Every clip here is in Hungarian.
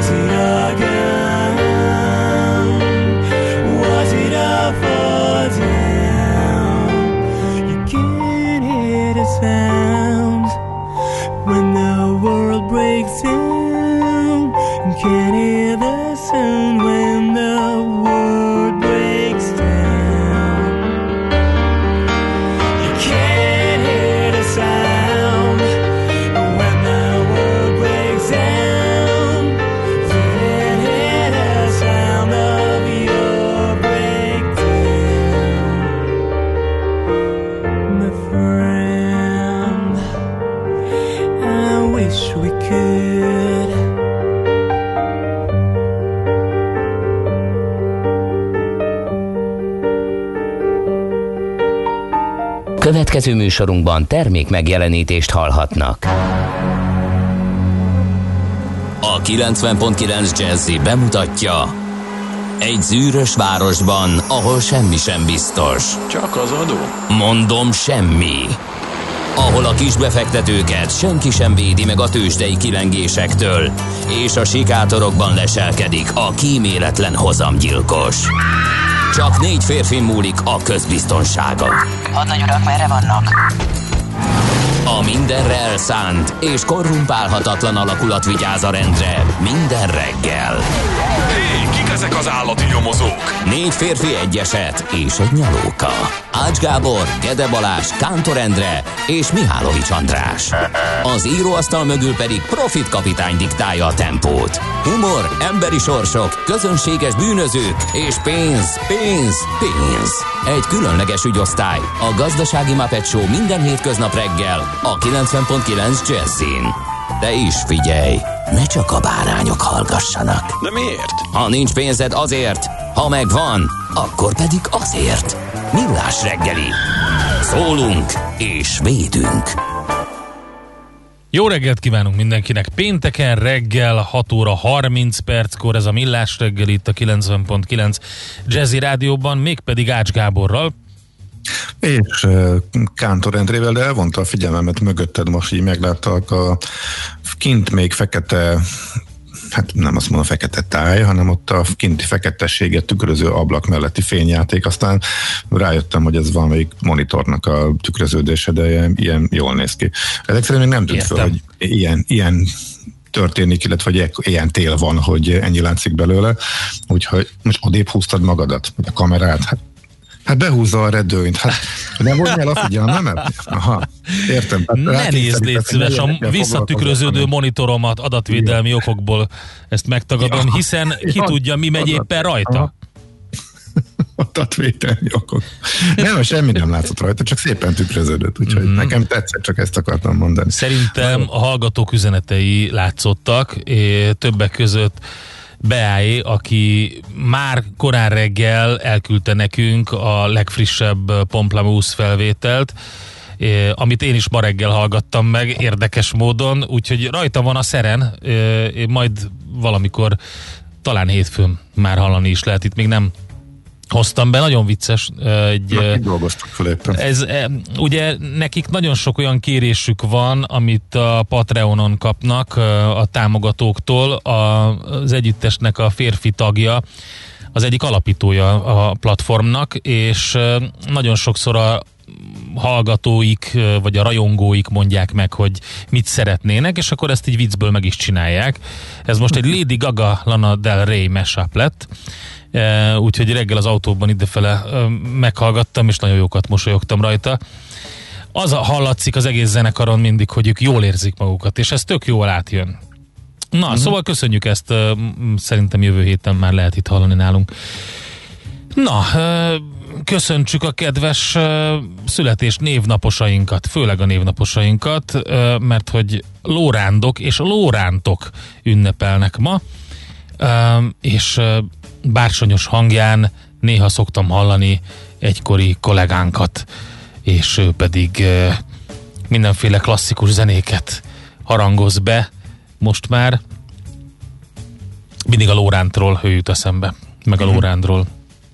Was it a gun? Was it a fall down? You can't hear the sounds when the world breaks down. You can't hear the sound when the world breaks down. You can't hear the sound when the world breaks down. You can't hear the sound of your breakdown, my friend. I wish we could. Következő műsorunkban termék megjelenítést hallhatnak. A 90.9 Jazzy bemutatja: egy zűrös városban, ahol semmi sem biztos. Csak az adó? Mondom, semmi. Ahol a kisbefektetőket senki sem védi meg a tőzsdei kilengésektől, és a sikátorokban leselkedik a kíméletlen hozamgyilkos. Csak 4 férfi múlik a közbiztonsága. Hadnagy urak, merre vannak? A mindenre elszánt és korrumpálhatatlan alakulat vigyáz a rendre minden reggel. Hé, kik ezek az állati nyomozók? 4 férfi, egy eset és egy nyalóka. Ács Gábor, Gede Balázs, Kántor Endre és Mihálovics András. Az íróasztal mögül pedig Profit kapitány diktálja a tempót. Humor, emberi sorsok, közönséges bűnözők és pénz, pénz, pénz. Egy különleges ügyosztály, a Gazdasági Muppet Show minden hétköznap reggel a 90.9 Jazzin. De is figyelj, ne csak a bárányok hallgassanak. De miért? Ha nincs pénzed, azért, ha megvan, akkor pedig azért. Millás reggeli. Szólunk és védünk. Jó reggelt kívánunk mindenkinek! Pénteken reggel 6 óra 30 perckor ez a Millás reggel itt a 90.9 Jazzy Rádióban, mégpedig Ács Gáborral. És Kántor Endrével, de elvonta a figyelmemet mögötted, most így megláttak a kint még fekete, hát nem azt mondom fekete táj, hanem ott a kinti feketességet tükröző ablak melletti fényjáték, aztán rájöttem, hogy ez valamelyik monitornak a tükröződése, de ilyen jól néz ki. Ezek szerint még nem tűnt fel, hogy ilyen történik, illetve hogy ilyen tél van, hogy ennyi látszik belőle, úgyhogy most odébb húztad magadat, a kamerát, hát behúzza a redőnyt, hát nem vonjál a figyelmemet? Aha, értem. Ne nézd, légy szíves, a visszatükröződő monitoromat adatvédelmi okokból ezt megtagadom, hiszen ki tudja, mi megy éppen rajta. Adatvédelmi okok. Nem, semmi nem látszott rajta, csak szépen tükröződött, úgyhogy nekem tetszett, csak ezt akartam mondani. Szerintem a hallgatók üzenetei látszottak, többek között Beáé, aki már korán reggel elküldte nekünk a legfrissebb Pomplamoose felvételt, amit én is ma reggel hallgattam meg érdekes módon, úgyhogy rajta van a szeren, majd valamikor, talán hétfőn már hallani is lehet, itt még nem hoztam be, nagyon vicces. Dolgoztak fel éppen. Ugye nekik nagyon sok olyan kérésük van, amit a Patreonon kapnak a támogatóktól. Az együttesnek a férfi tagja, az egyik alapítója a platformnak, és nagyon sokszor a hallgatóik, vagy a rajongóik mondják meg, hogy mit szeretnének, és akkor ezt így viccből meg is csinálják. Ez most egy Lady Gaga, Lana Del Rey mashup lett, úgyhogy reggel az autóban idefele meghallgattam, és nagyon jókat mosolyogtam rajta. Az hallatszik az egész zenekaron mindig, hogy ők jól érzik magukat, és ez tök jól átjön. Na, szóval köszönjük ezt, szerintem jövő héten már lehet itt hallani nálunk. Na, köszöntsük a kedves születés névnaposainkat, főleg a névnaposainkat, mert hogy Lórándok és Lórántok ünnepelnek ma, és bársonyos hangján néha szoktam hallani egykori kollégánkat, és ő pedig mindenféle klasszikus zenéket harangoz be most már. Mindig a Lórántról ő jut eszembe, meg a Lórándról.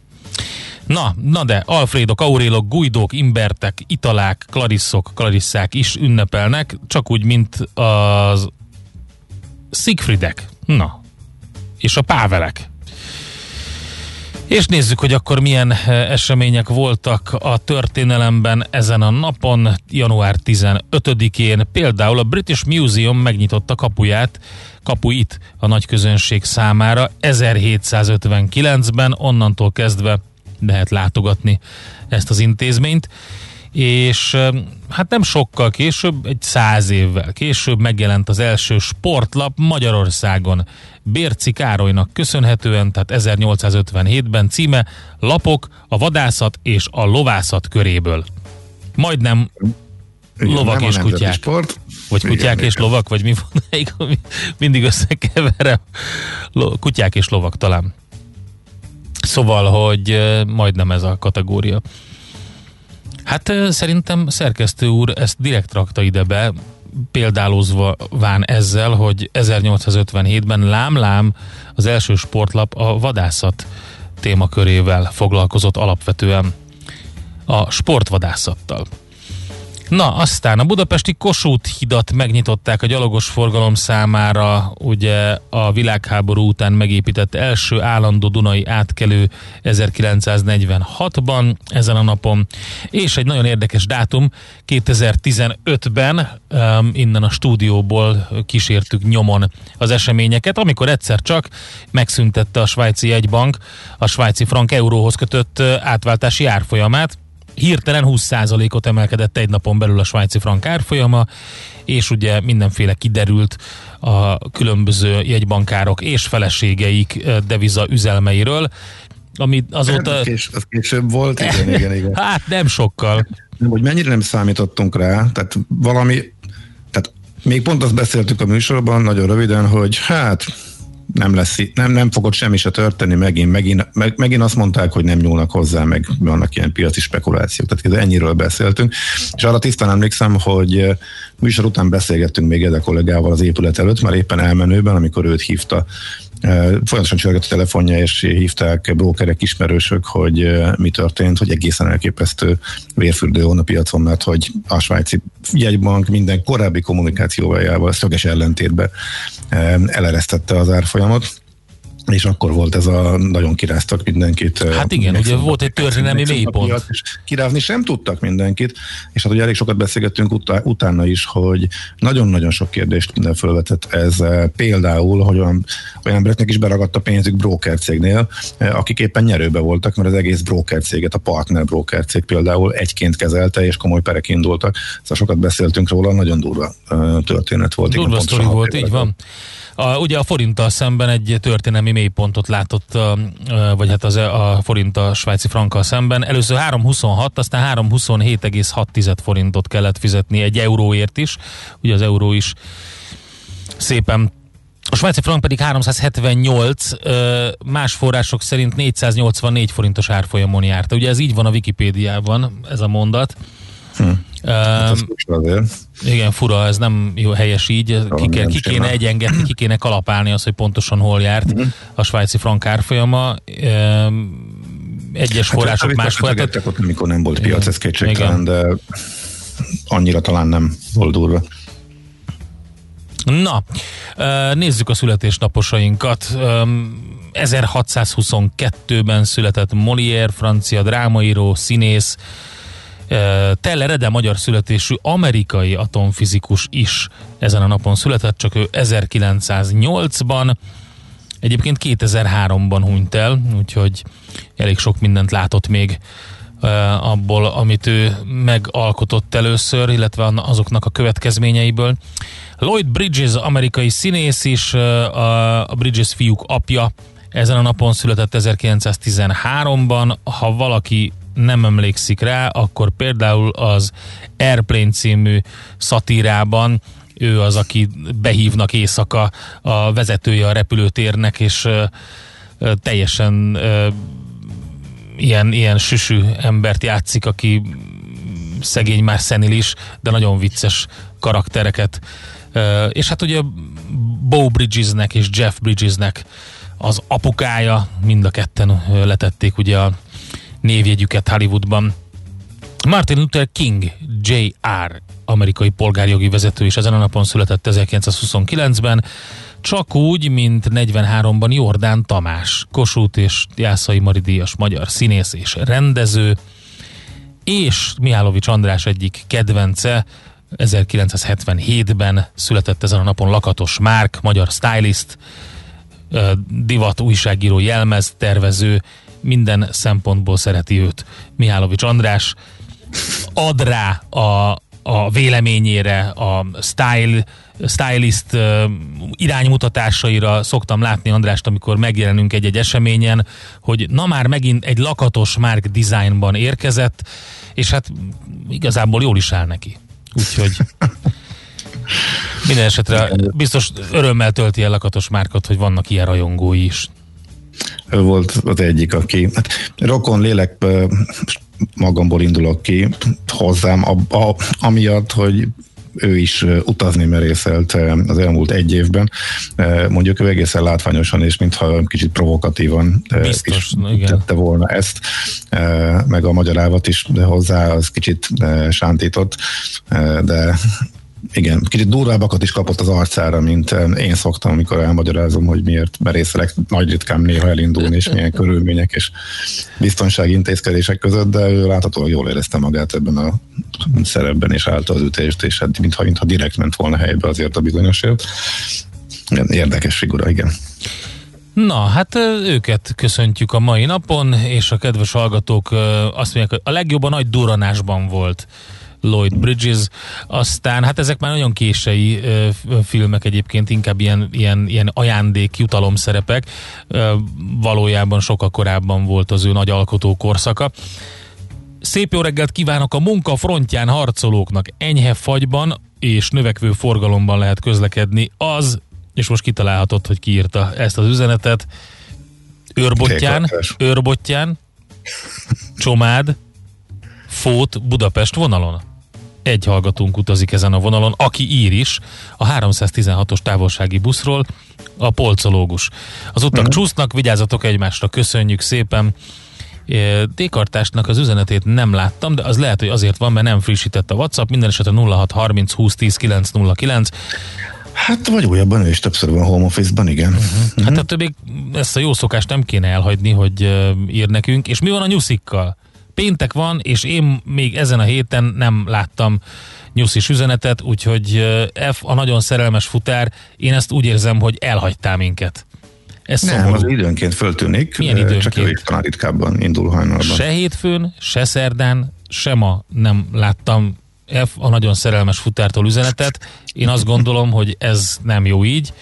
Na de Alfrédok, Aurélok, Guidók, Imbertek, Italák, Klarisszok, Klarisszák is ünnepelnek, csak úgy, mint az Siegfriedek. Na, és a Pávelek. És nézzük, hogy akkor milyen események voltak a történelemben ezen a napon, január 15-én. Például a British Museum megnyitotta kapuit a nagyközönség számára 1759-ben, onnantól kezdve lehet látogatni ezt az intézményt, és hát nem sokkal később, egy 100 évvel később megjelent az első sportlap Magyarországon. Bérci Károlynak köszönhetően, tehát 1857-ben, címe Lapok a vadászat és a lovászat köréből. Majdnem lovak és kutyák. Sport. Vagy kutyák igen, és lovak, vagy mi van? Mindig összekeverem. Kutyák és lovak talán. Szóval, hogy majdnem ez a kategória. Hát szerintem szerkesztő úr ezt direkt rakta ide be, példálozván ezzel, hogy 1857-ben lám az első sportlap a vadászat témakörével foglalkozott alapvetően, a sportvadászattal. Na, aztán a budapesti Kossuth hidat megnyitották a gyalogos forgalom számára, ugye a világháború után megépített első állandó dunai átkelő 1946-ban ezen a napon, és egy nagyon érdekes dátum, 2015-ben innen a stúdióból kísértük nyomon az eseményeket, amikor egyszer csak megszüntette a svájci jegybank a svájci frank euróhoz kötött átváltási árfolyamát. Hirtelen 20%-ot emelkedett egy napon belül a svájci frank árfolyama, és ugye mindenféle kiderült a különböző jegybankárok és feleségeik deviza üzelmeiről, ami azóta... Az később volt, igen. Hát nem sokkal. Hogy mennyire nem számítottunk rá, tehát még pont azt beszéltük a műsorban nagyon röviden, hogy hát nem fogott semmi se történni, megint azt mondták, hogy nem nyúlnak hozzá, meg vannak ilyen piaci spekulációk, tehát ennyiről beszéltünk, és arra tisztán emlékszem, hogy műsor után beszélgettünk még egy kollégával az épület előtt, már éppen elmenőben, amikor őt hívta, folyamatosan csörgött a telefonja, és hívták brókerek, ismerősök, hogy mi történt, hogy egészen elképesztő vérfürdő van a piacon, mert hogy a svájci jegybank minden korábbi kommunikációjával szöges ellentétben eleresztette az árfolyamot, és akkor volt ez a nagyon kiráztak mindenkit. Hát igen, ugye volt egy történelmi mélypont. Kirázni sem tudtak mindenkit, és hát ugye elég sokat beszélgettünk utána is, hogy nagyon-nagyon sok kérdést felvetett ez. Például, hogy olyan embereknek is beragadt a pénzük broker cégnél, akik éppen nyerőbe voltak, mert az egész broker céget, a partner broker cég például egyként kezelte, és komoly perek indultak. Szóval sokat beszéltünk róla, nagyon durva történet volt. Durva sztori volt, így van. Ugye a forinttal szemben egy történelmi mélypontot látott, vagy hát a forint a svájci frankkal szemben. Először 3,26, aztán 3,27,6 forintot kellett fizetni egy euróért is. Ugye az euró is szépen. A svájci frank pedig 378, más források szerint 484 forintos árfolyamon járt. Ugye ez így van a Wikipédiában, ez a mondat. Igen, fura, ez nem jó, helyes így. Ki kéne egyengetni, ki kéne kalapálni azt, hogy pontosan hol járt a svájci frank árfolyama. Egyes források más folytatott. Ott amikor nem volt piac, ez kétségtelen, de annyira talán nem volt durva. Na, nézzük a születésnaposainkat. 1622-ben született Molière, francia drámaíró, színész. Teller Ede, magyar születésű amerikai atomfizikus is ezen a napon született, csak ő 1908-ban, egyébként 2003-ban hunyt el, úgyhogy elég sok mindent látott még abból, amit ő megalkotott először, illetve azoknak a következményeiből. Lloyd Bridges, amerikai színész is, a Bridges fiúk apja, ezen a napon született 1913-ban. Ha valaki nem emlékszik rá, akkor például az Airplane című szatírában ő az, aki behívnak éjszaka a vezetője a repülőtérnek, és teljesen ilyen süsű embert játszik, aki szegény már szenilis, de nagyon vicces karaktereket. És hát ugye Beau Bridgesnek és Jeff Bridgesnek az apukája, mind a ketten letették ugye a névjegyüket Hollywoodban. Martin Luther King Jr., amerikai polgárjogi vezető is ezen a napon született 1929-ben. Csak úgy, mint 43-ban Jordán Tamás, Kossuth és Jászai Mari díjas magyar színész és rendező, és Mihálovics András egyik kedvence, 1977-ben született ezen a napon Lakatos Márk, magyar stylist, divat, újságíró, jelmez, tervező, minden szempontból szereti őt Mihálovics András. Ad rá a véleményére, a stylist iránymutatásaira. Szoktam látni Andrást, amikor megjelenünk egy eseményen, hogy na már megint egy Lakatos Márk designban érkezett, és hát igazából jól is áll neki. Úgyhogy minden esetre biztos örömmel tölti el Lakatos Márkot, hogy vannak ilyen rajongói is. Ő volt az egyik, aki rokon lélek, magamból indulok ki hozzám, amiatt, hogy ő is utazni merészelt az elmúlt egy évben. Mondjuk ő egészen látványosan és mintha kicsit provokatívan biztos, is tette volna ezt, meg a magyar ávat is hozzá, az kicsit sántított, de igen, kicsit durvábbakat is kapott az arcára, mint én szoktam, amikor elmagyarázom, hogy miért merészelek nagy ritkán néha elindulni, és milyen körülmények és biztonsági intézkedések között, de ő láthatóan jól érezte magát ebben a szerepben, és állta az ütést, és hát mintha direkt ment volna helybe azért a bizonyosért. Érdekes figura, igen. Na, hát őket köszöntjük a mai napon, és a kedves hallgatók azt mondják, hogy a legjobb a nagy duranásban volt Lloyd Bridges, aztán hát ezek már nagyon késői filmek egyébként, inkább ilyen ajándék, jutalomszerepek, valójában sokkal korábban volt az ő nagy alkotó korszaka. Szép jó reggelt kívánok a munka frontján harcolóknak, enyhe fagyban és növekvő forgalomban lehet közlekedni, és most kitalálhatod, hogy ki írta ezt az üzenetet, Őrbottyán, Csomád, Fót, Budapest vonalon. Egy hallgatónk utazik ezen a vonalon, aki ír is, a 316-os távolsági buszról, a polcológus. Az utak csúsznak, vigyázzatok egymásra, köszönjük szépen. D-kartásnak az üzenetét nem láttam, de az lehet, hogy azért van, mert nem frissített a WhatsApp, minden esetre 0630 20 10 909. Hát vagy újabban, ő is többször van home office-ban, igen. Hát ettől még ezt a jó szokást nem kéne elhagyni, hogy ír nekünk. És mi van a nyuszikkal? Péntek van, és én még ezen a héten nem láttam nyuszis üzenetet, úgyhogy F, a nagyon szerelmes futár, én ezt úgy érzem, hogy elhagytál minket. Ez nem, szomorú. az időnként föltűnik, milyen időnként? Csak ő talán ritkábban indul hajnalban. Se hétfőn, se szerdán, se ma nem láttam F, a nagyon szerelmes futártól üzenetet. Én azt gondolom, hogy ez nem jó így.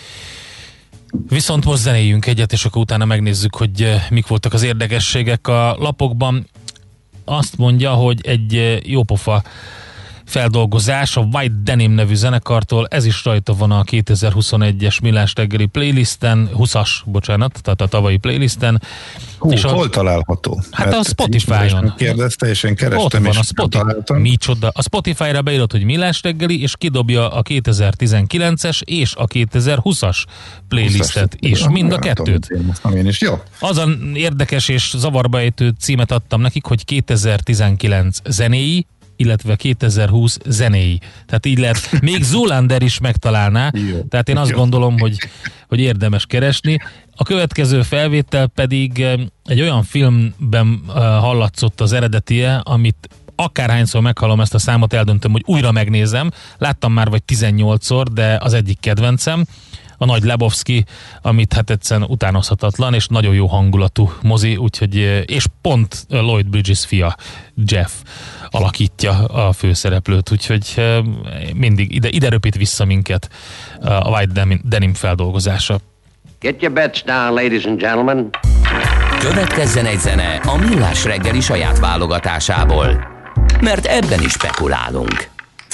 Viszont most zenéljünk egyet, és akkor utána megnézzük, hogy mik voltak az érdekességek a lapokban. Azt mondja, hogy egy jópofa feldolgozás a White Denim nevű zenekartól, ez is rajta van a 2021-es Millás reggeli playlisten, 20-as, bocsánat, tehát a tavalyi playlisten. És hol található? Hát a Spotify-on. Kérdezte, és én kerestem, ott van, és találtam. Micsoda. A Spotify-ra beírod, hogy Millás reggeli, és kidobja a 2019-es és a 2020-as playlistet is, mind a kettőt. Én is, jó. Az a érdekes és zavarba ejtő címet adtam nekik, hogy 2019 zenéi, illetve 2020 zenéi. Tehát így lehet, még Zoolander is megtalálná, tehát én azt gondolom, hogy érdemes keresni. A következő felvétel pedig egy olyan filmben hallatszott az eredetie, amit akárhányszor meghallom ezt a számot, eldöntöm, hogy újra megnézem. Láttam már vagy 18-szor, de az egyik kedvencem, a Nagy Lebowski, amit hát egyszerűen utánozhatatlan, és nagyon jó hangulatú mozi, úgyhogy, és pont Lloyd Bridges fia, Jeff alakítja a főszereplőt, úgyhogy mindig ide röpít vissza minket a White Denim feldolgozása. Get your bets down, ladies and gentlemen. Következzen egy zene a Millás reggeli saját válogatásából, mert ebben is spekulálunk.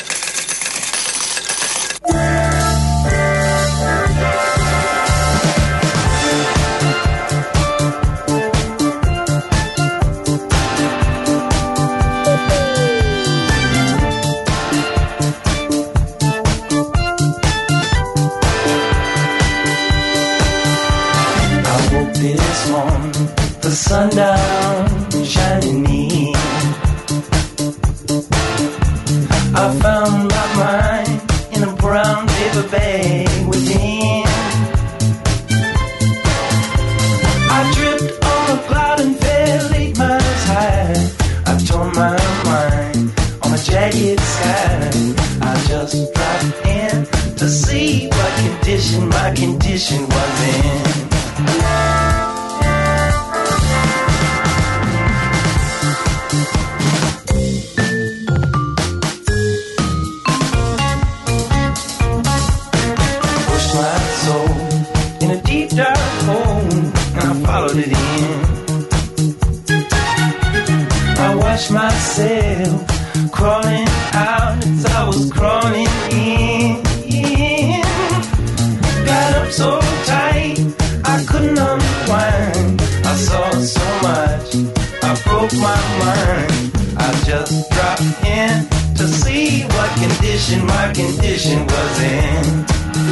This morning, the sundown shining neat. I found my mind in a brown paper bag within. condition my condition was in. Pushed my soul in a deep dark hole, and I followed it in. I watched myself crawling out as I was crawling in. Got up so tight I couldn't unwind. I saw so much, I broke my mind. I just dropped in to see what condition my condition was in.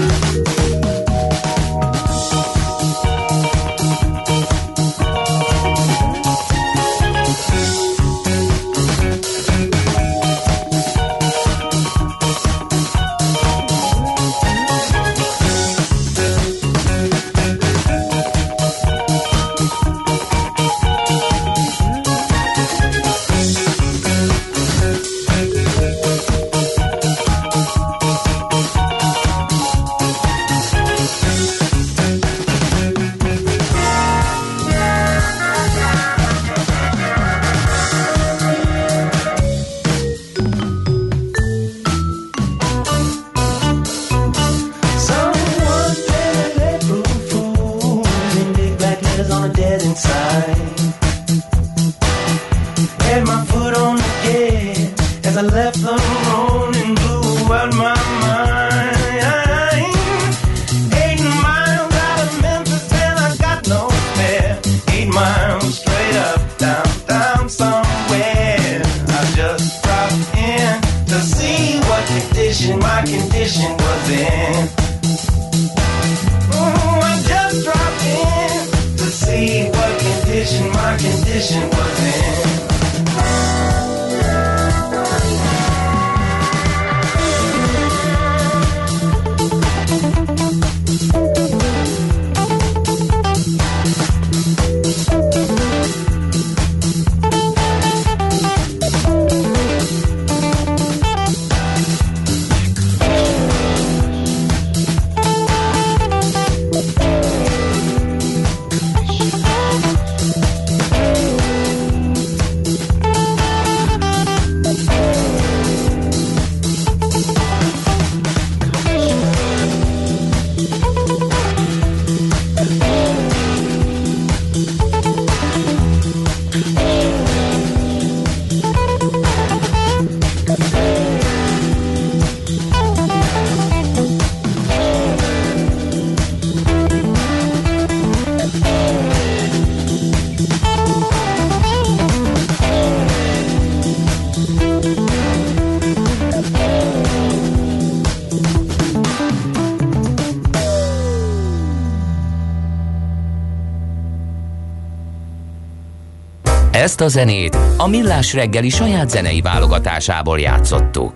Ezt a zenét a Millás reggeli saját zenei válogatásából játszottuk.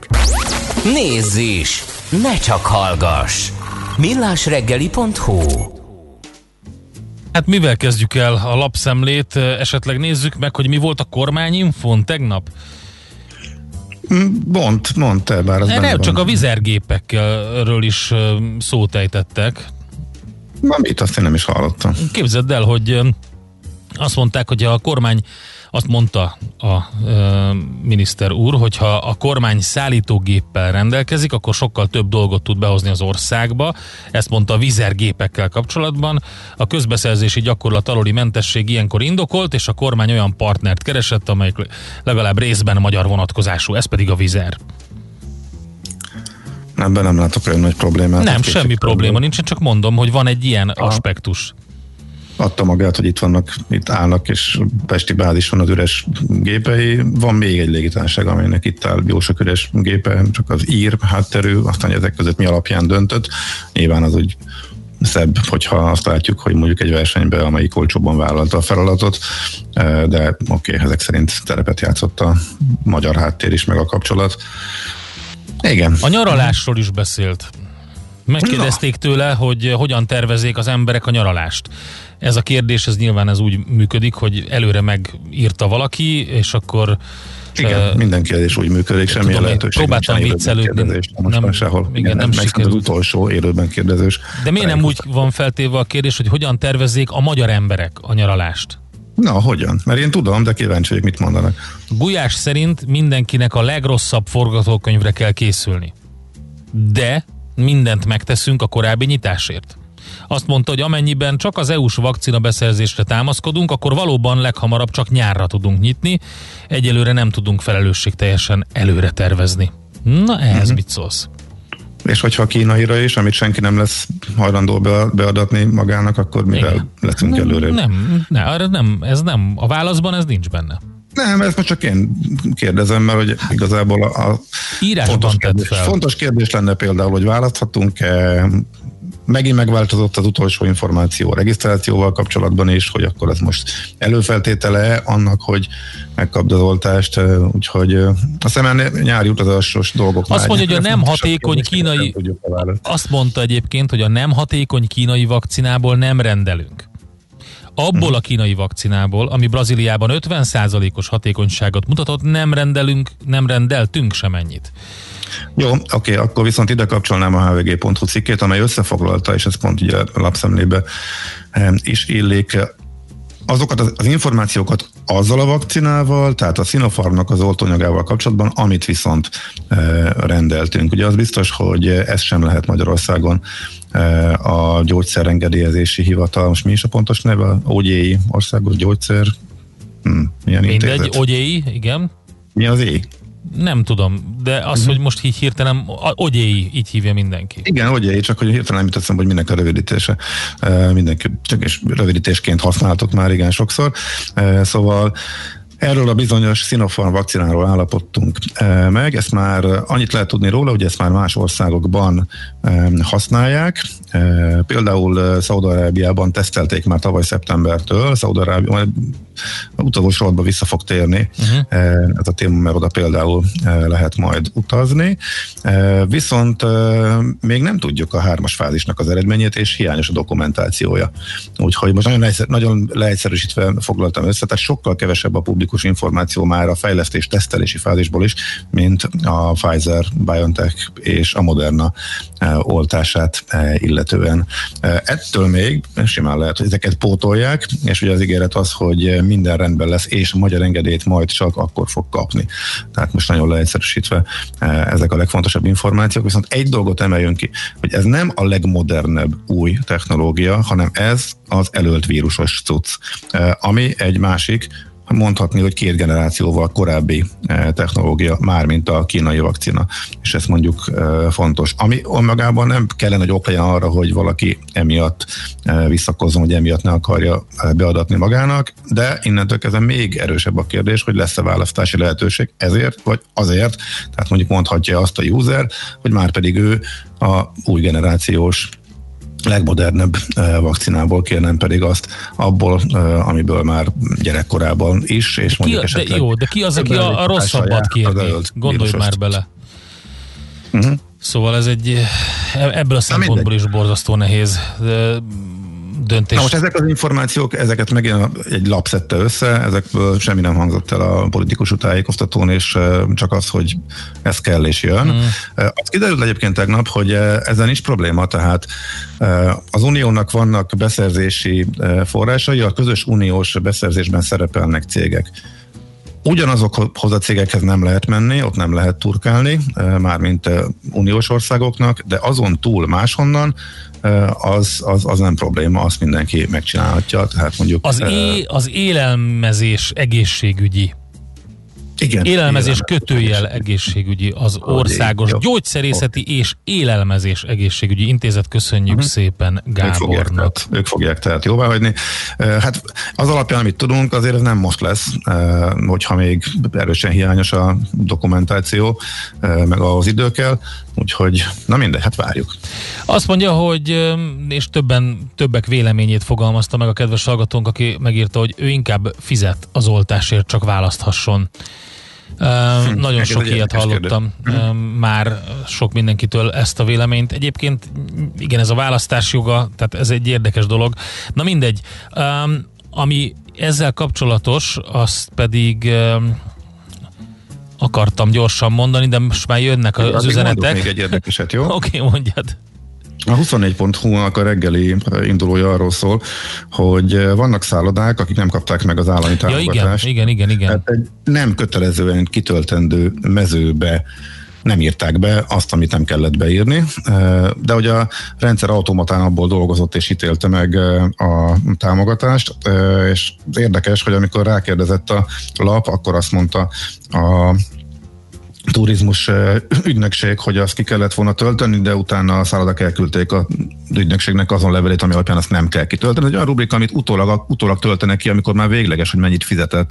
Nézz is! Ne csak hallgass! millásreggeli.hu. Hát mivel kezdjük el a lapszemlét? Esetleg nézzük meg, hogy mi volt a kormányinfón tegnap? Mondd te, bár az nem, csak a vizergépekről is szót ejtettek. Mit, azt én nem is hallottam. Képzeld el, hogy azt mondták, hogy a kormány, azt mondta a miniszter úr, hogyha a kormány szállítógéppel rendelkezik, akkor sokkal több dolgot tud behozni az országba. Ezt mondta a vizergépekkel kapcsolatban. A közbeszerzési gyakorlat alóli mentesség ilyenkor indokolt, és a kormány olyan partnert keresett, amelyik legalább részben magyar vonatkozású, ez pedig a Vizer. Ebben nem látok olyan nagy problémát. Nem, semmi probléma nincsen, csak mondom, hogy van egy ilyen aspektus. Adta magát, hogy itt állnak, és pesti bázison az üres gépei. Van még egy légitársaság, amelynek itt áll jó sok üres gépe, csak az ír hátterű, aztán ezek között mi alapján döntött. Nyilván az úgy szebb, hogyha azt látjuk, hogy mondjuk egy versenyben, amelyik olcsóbban vállalta a feladatot, de oké, ezek szerint terepet játszott a magyar háttér is, meg a kapcsolat. Igen. A nyaralásról is beszélt. Megkérdezték tőle, hogy hogyan tervezzék az emberek a nyaralást. Ez a kérdés, ez nyilván ez úgy működik, hogy előre megírta valaki, és akkor... Igen, minden kérdés úgy működik, semmilyen lehetőség. Próbáltam viccelődni. Nem, sehol. Igen, nem sikerült. Az utolsó élőben kérdezős. De miért nem úgy van feltéve a kérdés, hogy hogyan tervezzék a magyar emberek a nyaralást? Na, hogyan? Mert én tudom, de kíváncsi vagyok, mit mondanak. Gulyás szerint mindenkinek a legrosszabb forgatókönyvre kell készülni. De mindent megteszünk a korábbi nyitásért. Azt mondta, hogy amennyiben csak az EU-s vakcina beszerzésre támaszkodunk, akkor valóban leghamarabb csak nyárra tudunk nyitni. Egyelőre nem tudunk felelősségteljesen előre tervezni. Na, ehhez mit szólsz? És hogyha a kínaira is, amit senki nem lesz hajlandó beadatni magának, akkor mivel leszünk előre? Nem, ez nem. A válaszban ez nincs benne. Nem, ezt most csak én kérdezem, mert hogy igazából a fontos kérdés lenne például, hogy választhatunk-e, megint megváltozott az utolsó információ a regisztrációval kapcsolatban is, hogy akkor ez most előfeltétele annak, hogy megkapd az oltást, úgyhogy a szemen nyári utazásos dolgok. Azt mondja, hogy a nem hatékony kínai, azt mondta egyébként, hogy a nem hatékony kínai vakcinából nem rendelünk. Abból a kínai vakcinából, ami Brazíliában 50%-os hatékonyságot mutatott, nem rendeltünk sem ennyit. Jó, oké, akkor viszont ide kapcsolnám a hvg.hu cikkét, amely összefoglalta, és ez pont ugye lapszemlébe is illik, azokat az információkat azzal a vakcinával, tehát a Sinopharmnak az oltóanyagával kapcsolatban, amit viszont rendeltünk. Ugye az biztos, hogy ez sem lehet Magyarországon a gyógyszerengedélyezési hivatal, most mi is a pontos neve? OGI, Országos Gyógyszer... milyen intézet? Mindegy, OGI, igen. Mi az I? Nem tudom, de az, hogy most így hirtelen OGI, így hívja mindenki. Igen, OGI, csak hogy hirtelen nem teszem, hogy minek a rövidítése. Mindenki csak és rövidítésként használtok már igen sokszor. Szóval erről a bizonyos Sinopharm vakcináról állapodtunk meg, ezt már annyit lehet tudni róla, hogy ezt már más országokban használják. Például Szaúd-Arábiában tesztelték már tavaly szeptembertől, Szaúd-Arábia majd utazó sorba vissza fog térni ez a téma, mert oda például lehet majd utazni. Viszont még nem tudjuk a 3-as fázisnak az eredményét, és hiányos a dokumentációja. Úgyhogy most nagyon leegyszerűsítve foglaltam össze, tehát sokkal kevesebb a publikus információ már a fejlesztés tesztelési fázisból is, mint a Pfizer, BioNTech és a Moderna oltását illetően. Ettől még simán lehet, hogy ezeket pótolják, és ugye az ígéret az, hogy minden rendben lesz, és a magyar engedélyt majd csak akkor fog kapni. Tehát most nagyon leegyszerűsítve ezek a legfontosabb információk, viszont egy dolgot emeljünk ki, hogy ez nem a legmodernebb új technológia, hanem ez az elölt vírusos cucc, ami egy másik, mondhatni, hogy 2 generációval korábbi technológia, mármint a kínai vakcina, és ez mondjuk fontos. Ami önmagában nem kellene, hogy ok legyen arra, hogy valaki emiatt visszakozzon, hogy emiatt ne akarja beadatni magának, de innentől kezdve még erősebb a kérdés, hogy lesz-e választási lehetőség ezért, vagy azért, tehát mondjuk mondhatja azt a user, hogy már pedig ő a új generációs legmodernebb vakcinából, kérnem pedig azt abból, amiből már gyerekkorában is, és mondjuk esetleg... De ki az, aki a rosszabbat kérni? Gondolj már bele. Szóval ez ebből a szempontból is borzasztó nehéz döntés. Na most ezek az információk, ezeket megint egy lap szedte össze, ezekből semmi nem hangzott el a politikusú tájékoztatón, és csak az, hogy ez kell és jön. Az kiderült egyébként tegnap, hogy ezzel nincs probléma, tehát az uniónak vannak beszerzési forrásai, a közös uniós beszerzésben szerepelnek cégek. Ugyanazokhoz a cégekhez nem lehet menni, ott nem lehet turkálni, mármint uniós országoknak, de azon túl máshonnan az nem probléma, azt mindenki megcsinálhatja. Tehát mondjuk, az élelmezés egészségügyi. Igen, élelmezés kötőjel egészségügyi, az Országos Gyógyszerészeti és Élelmezés Egészségügyi Intézet, köszönjük szépen Gábornak. Ők fogják tehát jóváhagyni. Hát az alapján, amit tudunk, azért ez nem most lesz, hogyha még erősen hiányos a dokumentáció, meg az idő kell, úgyhogy na mindegy, hát várjuk. Azt mondja, hogy, és többek véleményét fogalmazta meg a kedves hallgatónk, aki megírta, hogy ő inkább fizet az oltásért, csak választhasson. Nagyon sok ilyet hallottam már sok mindenkitől ezt a véleményt. Egyébként igen, ez a választás joga, tehát ez egy érdekes dolog. Na mindegy, ami ezzel kapcsolatos, azt pedig akartam gyorsan mondani, de most már jönnek az üzenetek. Még egy érdekeset, jó? Oké, mondjad. A 24.hu-nak a reggeli indulója arról szól, hogy vannak szállodák, akik nem kapták meg az állami támogatást. Ja, igen. Hát egy nem kötelezően kitöltendő mezőbe nem írták be azt, amit nem kellett beírni, de hogy a rendszer automatán abból dolgozott és ítélte meg a támogatást, és érdekes, hogy amikor rákérdezett a lap, akkor azt mondta a turizmus ügynökség, hogy azt ki kellett volna tölteni, de utána a szállodák elküldték a ügynökségnek azon levelét, ami alapján azt nem kell kitölteni. Egy olyan rubrika, amit utólag töltenek ki, amikor már végleges, hogy mennyit fizetett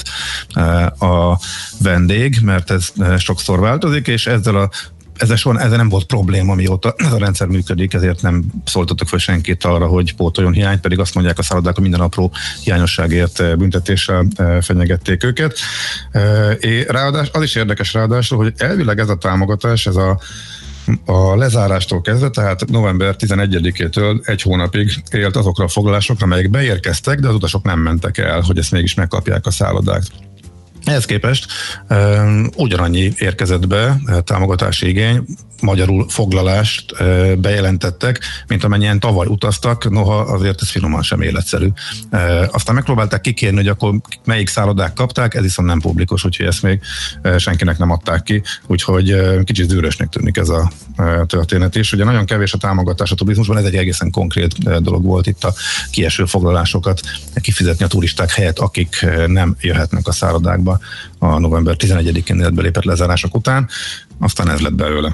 a vendég, mert ez sokszor változik, és ezzel nem volt probléma, mióta ez a rendszer működik, ezért nem szóltatok fel senkit arra, hogy pótoljon hiányt, pedig azt mondják a szállodák, hogy minden apró hiányosságért büntetéssel fenyegették őket. Ráadásul az is érdekes ráadásul, hogy elvileg ez a támogatás, ez a lezárástól kezdve, tehát november 11-től egy hónapig élt azokra a foglalásokra, amelyek beérkeztek, de az utasok nem mentek el, hogy ezt mégis megkapják a szállodák. Ehhez képest ugyanannyi érkezett be támogatási igény, magyarul foglalást bejelentettek, mint amennyien tavaly utaztak, noha azért ez finoman sem életszerű. Aztán megpróbálták kikérni, hogy akkor melyik szállodák kapták, ez viszont nem publikus, úgyhogy ezt még senkinek nem adták ki, úgyhogy kicsit zűrösnek tűnik ez a történet is. Ugye nagyon kevés a támogatás a turizmusban, ez egy egészen konkrét dolog volt itt a kieső foglalásokat kifizetni a turisták helyett, akik nem jöhetnek a szállodákba a november 11-én életbe lépett lezárások után, aztán ez lett belőle.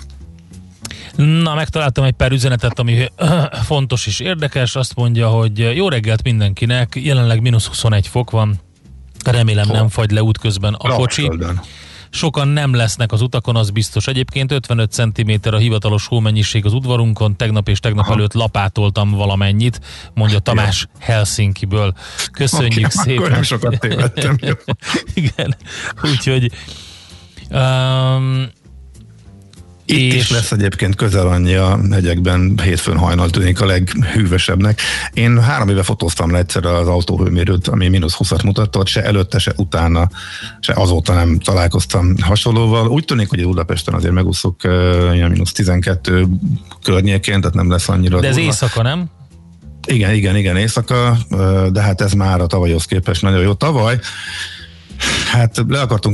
Na, megtaláltam egy pár üzenetet, ami fontos és érdekes. Azt mondja, hogy jó reggelt mindenkinek, jelenleg -21 fok van, remélem nem fagy le útközben a kocsi. Sokan nem lesznek az utakon, az biztos. Egyébként 55 cm a hivatalos hómennyiség az udvarunkon, tegnap és tegnap előtt lapátoltam valamennyit, mondja Tamás Helsinkiből. Köszönjük szépen. Akkor nem sokat tévedtem. Igen, úgyhogy itt is lesz egyébként közel annyi a hegyekben, hétfőn hajnal tűnik a leghűvösebbnek. Én 3 éve fotóztam le egyszer az autóhőmérőt, ami -20-at mutatott, se előtte, se utána, se azóta nem találkoztam hasonlóval. Úgy tűnik, hogy Budapesten azért megúszok ilyen -12 környékén, tehát nem lesz annyira. De ez éjszaka, nem? Igen, éjszaka, de hát ez már a tavalyhoz képest nagyon jó. Tavaly hát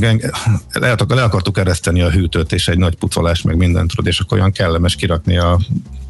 le akartuk ereszteni a hűtőt, és egy nagy pucolás, meg mindent tudod, és akkor olyan kellemes kirakni a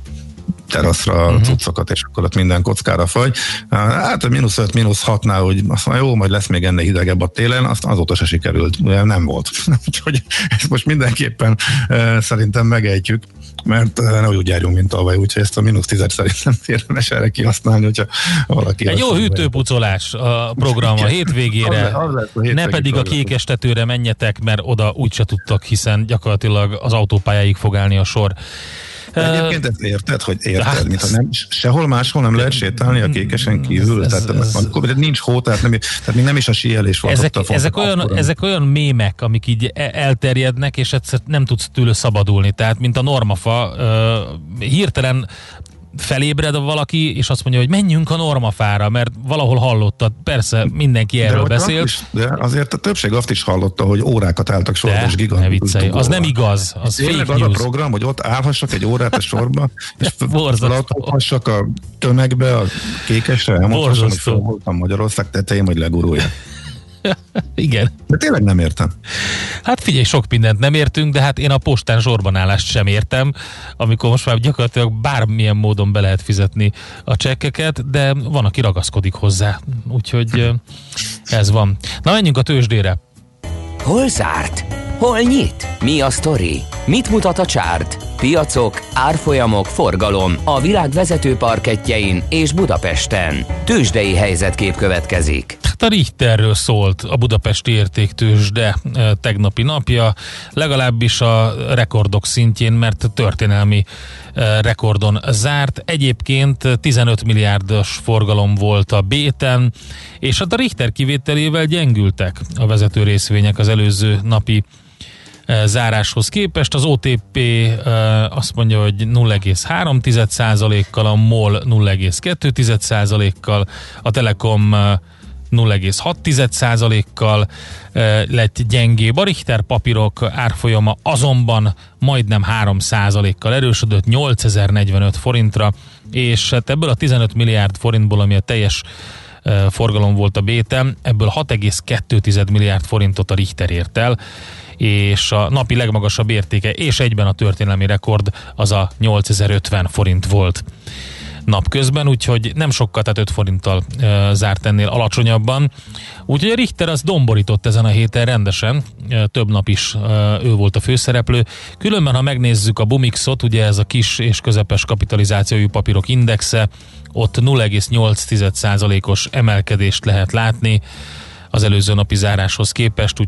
teraszra a cuccokat, és akkor ott minden kockára fagy. Hát a -5, -6-nál, hogy azt mondja, jó, majd lesz még ennél hidegebb a télen, azóta se sikerült, nem volt. Úgyhogy ezt most mindenképpen szerintem megejtjük, mert nehogy úgy járjunk, mint tavaly, úgyhogy ezt a -10-et szerintem érdemes erre kihasználni, hogyha valaki... Egy jó hűtőpucolás a program a hétvégére, ne pedig a Kékestetőre menjetek, mert oda úgyse tudtak, hiszen gyakorlatilag az autópályáig fog állni a sor. Egyébként ezt érted, hogy érted, mintha nem, sehol máshol nem lehet sétálni a Kékesen kívül, tehát nincs hó, tehát még nem is a síelés van. Ezek olyan mémek, amik így elterjednek, és egyszer nem tudsz tőle szabadulni, tehát mint a normafa, hirtelen felébred valaki, és azt mondja, hogy menjünk a normafára, mert valahol hallottad, persze mindenki erről beszélt. De azért a többség azt is hallotta, hogy órákat álltak sorba, és gigantikus. Az nem igaz, az fake news. Az a program, hogy ott állhassak egy órát a sorba, és feladhassak a tömegbe, a Kékesre, elmondhassam, hogy fel voltam Magyarország tetején, hogy legurulják. Igen. De tényleg nem értem. Hát figyelj, sok mindent nem értünk, de hát én a postán sorban állást sem értem, amikor most már gyakorlatilag bármilyen módon be lehet fizetni a csekkeket, de van, aki ragaszkodik hozzá. Úgyhogy ez van. Na, menjünk a tőzsdére. Hol zárt? Hol nyit? Mi a sztori? Mit mutat a csárt? Piacok, árfolyamok, forgalom a világ vezető parkettjein és Budapesten. Tőzsdei helyzetkép következik. Hát a Richterről szólt a budapesti értéktőzsde tegnapi napja, legalábbis a rekordok szintjén, mert történelmi rekordon zárt. Egyébként 15 milliárdos forgalom volt a B-ten, és hát a Richter kivételével gyengültek a vezető részvények az előző napi záráshoz képest. Az OTP azt mondja, hogy 0,3%-kal, a MOL 0,2%-kal, a Telekom 0,6%-kal lett gyengébb. A Richter papírok árfolyama azonban majdnem 3%-kal erősödött 8045 forintra, és hát ebből a 15 milliárd forintból, ami a teljes forgalom volt a bétem, ebből 6,2 milliárd forintot a Richter ért el, és a napi legmagasabb értéke és egyben a történelmi rekord az a 8050 forint volt napközben, úgyhogy nem sokkal, tehát 5 forinttal zárt ennél alacsonyabban. Úgyhogy a Richter az domborított ezen a héten rendesen, több nap is ő volt a főszereplő. Különben, ha megnézzük a Bumixot, ugye ez a kis és közepes kapitalizációjú papírok indexe, ott 0,8%-os emelkedést lehet látni az előző napi záráshoz képest,